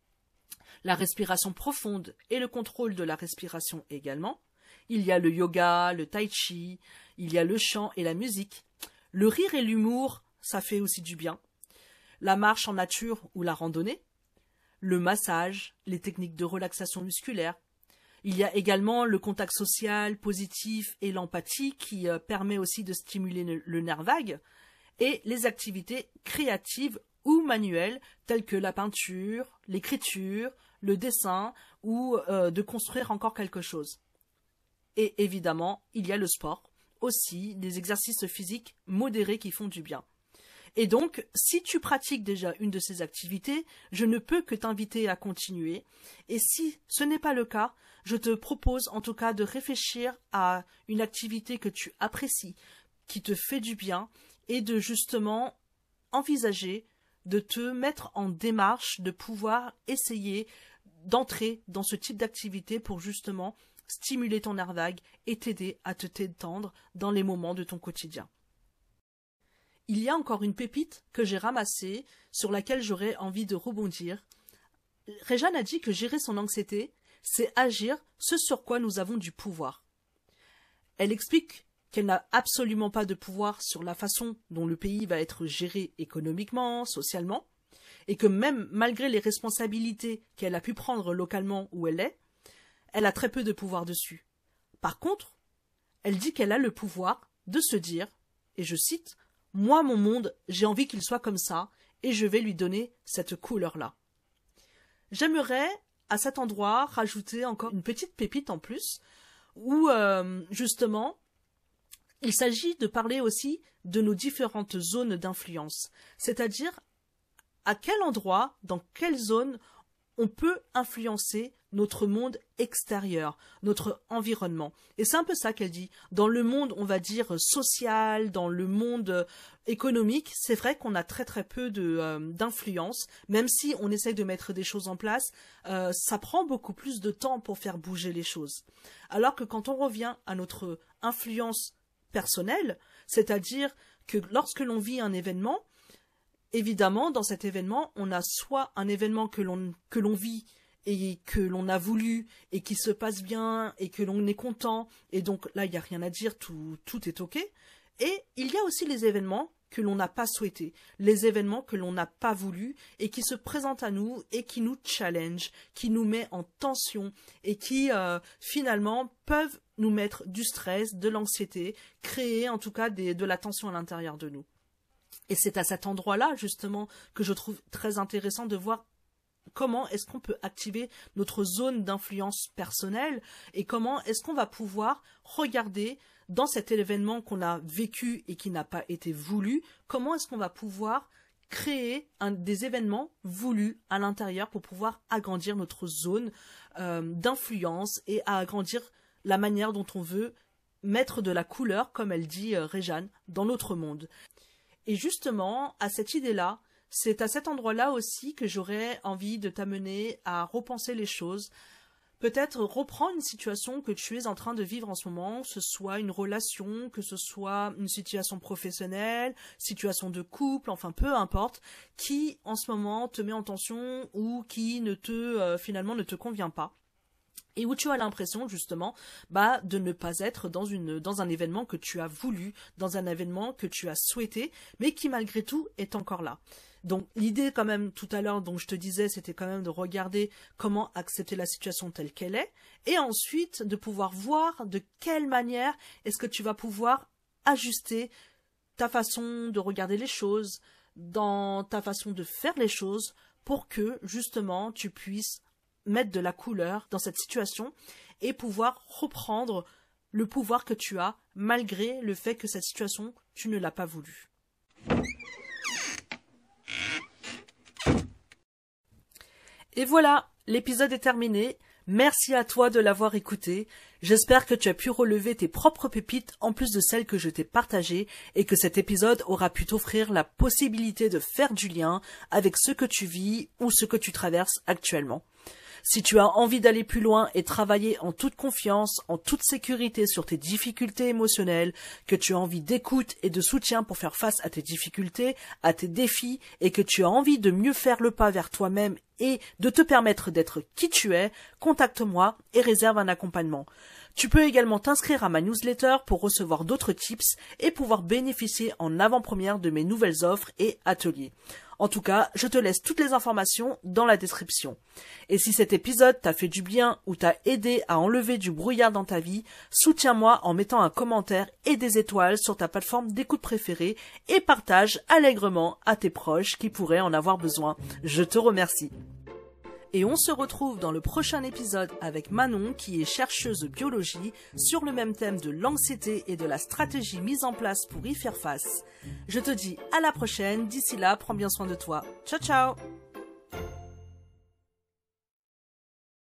Speaker 1: La respiration profonde et le contrôle de la respiration également. Il y a le yoga, le tai chi, il y a le chant et la musique. Le rire et l'humour, ça fait aussi du bien. La marche en nature ou la randonnée. Le massage, les techniques de relaxation musculaire. Il y a également le contact social positif et l'empathie qui permet aussi de stimuler le nerf vague. Et les activités créatives ou manuelles telles que la peinture, l'écriture, le dessin ou de construire encore quelque chose. Et évidemment, il y a le sport, aussi des exercices physiques modérés qui font du bien. Et donc, si tu pratiques déjà une de ces activités, je ne peux que t'inviter à continuer. Et si ce n'est pas le cas, je te propose en tout cas de réfléchir à une activité que tu apprécies, qui te fait du bien, et de justement envisager de te mettre en démarche de pouvoir essayer d'entrer dans ce type d'activité pour justement stimuler ton nerf vague et t'aider à te détendre dans les moments de ton quotidien. Il y a encore une pépite que j'ai ramassée sur laquelle j'aurais envie de rebondir. Réjeanne a dit que gérer son anxiété, c'est agir ce sur quoi nous avons du pouvoir. Elle explique qu'elle n'a absolument pas de pouvoir sur la façon dont le pays va être géré économiquement, socialement, et que même malgré les responsabilités qu'elle a pu prendre localement où elle est, elle a très peu de pouvoir dessus. Par contre, elle dit qu'elle a le pouvoir de se dire, et je cite, « Moi, mon monde, j'ai envie qu'il soit comme ça, et je vais lui donner cette couleur-là. » J'aimerais, à cet endroit, rajouter encore une petite pépite en plus, où, justement, il s'agit de parler aussi de nos différentes zones d'influence, c'est-à-dire à quel endroit, dans quelle zone on peut influencer notre monde extérieur, notre environnement. Et c'est un peu ça qu'elle dit. Dans le monde, on va dire, social, dans le monde économique, c'est vrai qu'on a très très peu d'influence, même si on essaye de mettre des choses en place, ça prend beaucoup plus de temps pour faire bouger les choses. Alors que quand on revient à notre influence personnelle, c'est-à-dire que lorsque l'on vit un événement, évidemment, dans cet événement, on a soit un événement que l'on vit et que l'on a voulu et qui se passe bien et que l'on est content et donc là il n'y a rien à dire, tout est ok. Et il y a aussi les événements que l'on n'a pas souhaités, les événements que l'on n'a pas voulu et qui se présentent à nous et qui nous challenge, qui nous met en tension et qui finalement peuvent nous mettre du stress, de l'anxiété, créer en tout cas de la tension à l'intérieur de nous. Et c'est à cet endroit-là, justement, que je trouve très intéressant de voir comment est-ce qu'on peut activer notre zone d'influence personnelle et comment est-ce qu'on va pouvoir regarder dans cet événement qu'on a vécu et qui n'a pas été voulu, comment est-ce qu'on va pouvoir créer des événements voulus à l'intérieur pour pouvoir agrandir notre zone d'influence et à agrandir la manière dont on veut mettre de la couleur, comme elle dit Réjeanne, dans notre monde. Et justement, à cette idée-là, c'est à cet endroit-là aussi que j'aurais envie de t'amener à repenser les choses. Peut-être reprendre une situation que tu es en train de vivre en ce moment, que ce soit une relation, que ce soit une situation professionnelle, situation de couple, enfin peu importe, qui en ce moment te met en tension ou qui finalement ne te convient pas. Et où tu as l'impression justement de ne pas être dans un événement que tu as voulu, dans un événement que tu as souhaité, mais qui malgré tout est encore là. Donc l'idée quand même tout à l'heure dont je te disais, c'était quand même de regarder comment accepter la situation telle qu'elle est, et ensuite de pouvoir voir de quelle manière est-ce que tu vas pouvoir ajuster ta façon de regarder les choses, dans ta façon de faire les choses, pour que justement tu puisses mettre de la couleur dans cette situation et pouvoir reprendre le pouvoir que tu as malgré le fait que cette situation, tu ne l'as pas voulu. Et voilà, l'épisode est terminé. Merci à toi de l'avoir écouté. J'espère que tu as pu relever tes propres pépites en plus de celles que je t'ai partagées et que cet épisode aura pu t'offrir la possibilité de faire du lien avec ce que tu vis ou ce que tu traverses actuellement. Si tu as envie d'aller plus loin et travailler en toute confiance, en toute sécurité sur tes difficultés émotionnelles, que tu as envie d'écoute et de soutien pour faire face à tes difficultés, à tes défis, et que tu as envie de mieux faire le pas vers toi-même et de te permettre d'être qui tu es, contacte-moi et réserve un accompagnement. Tu peux également t'inscrire à ma newsletter pour recevoir d'autres tips et pouvoir bénéficier en avant-première de mes nouvelles offres et ateliers. En tout cas, je te laisse toutes les informations dans la description. Et si cet épisode t'a fait du bien ou t'a aidé à enlever du brouillard dans ta vie, soutiens-moi en mettant un commentaire et des étoiles sur ta plateforme d'écoute préférée et partage allègrement à tes proches qui pourraient en avoir besoin. Je te remercie. Et on se retrouve dans le prochain épisode avec Manon qui est chercheuse de biologie sur le même thème de l'anxiété et de la stratégie mise en place pour y faire face. Je te dis à la prochaine, d'ici là, prends bien soin de toi. Ciao ciao!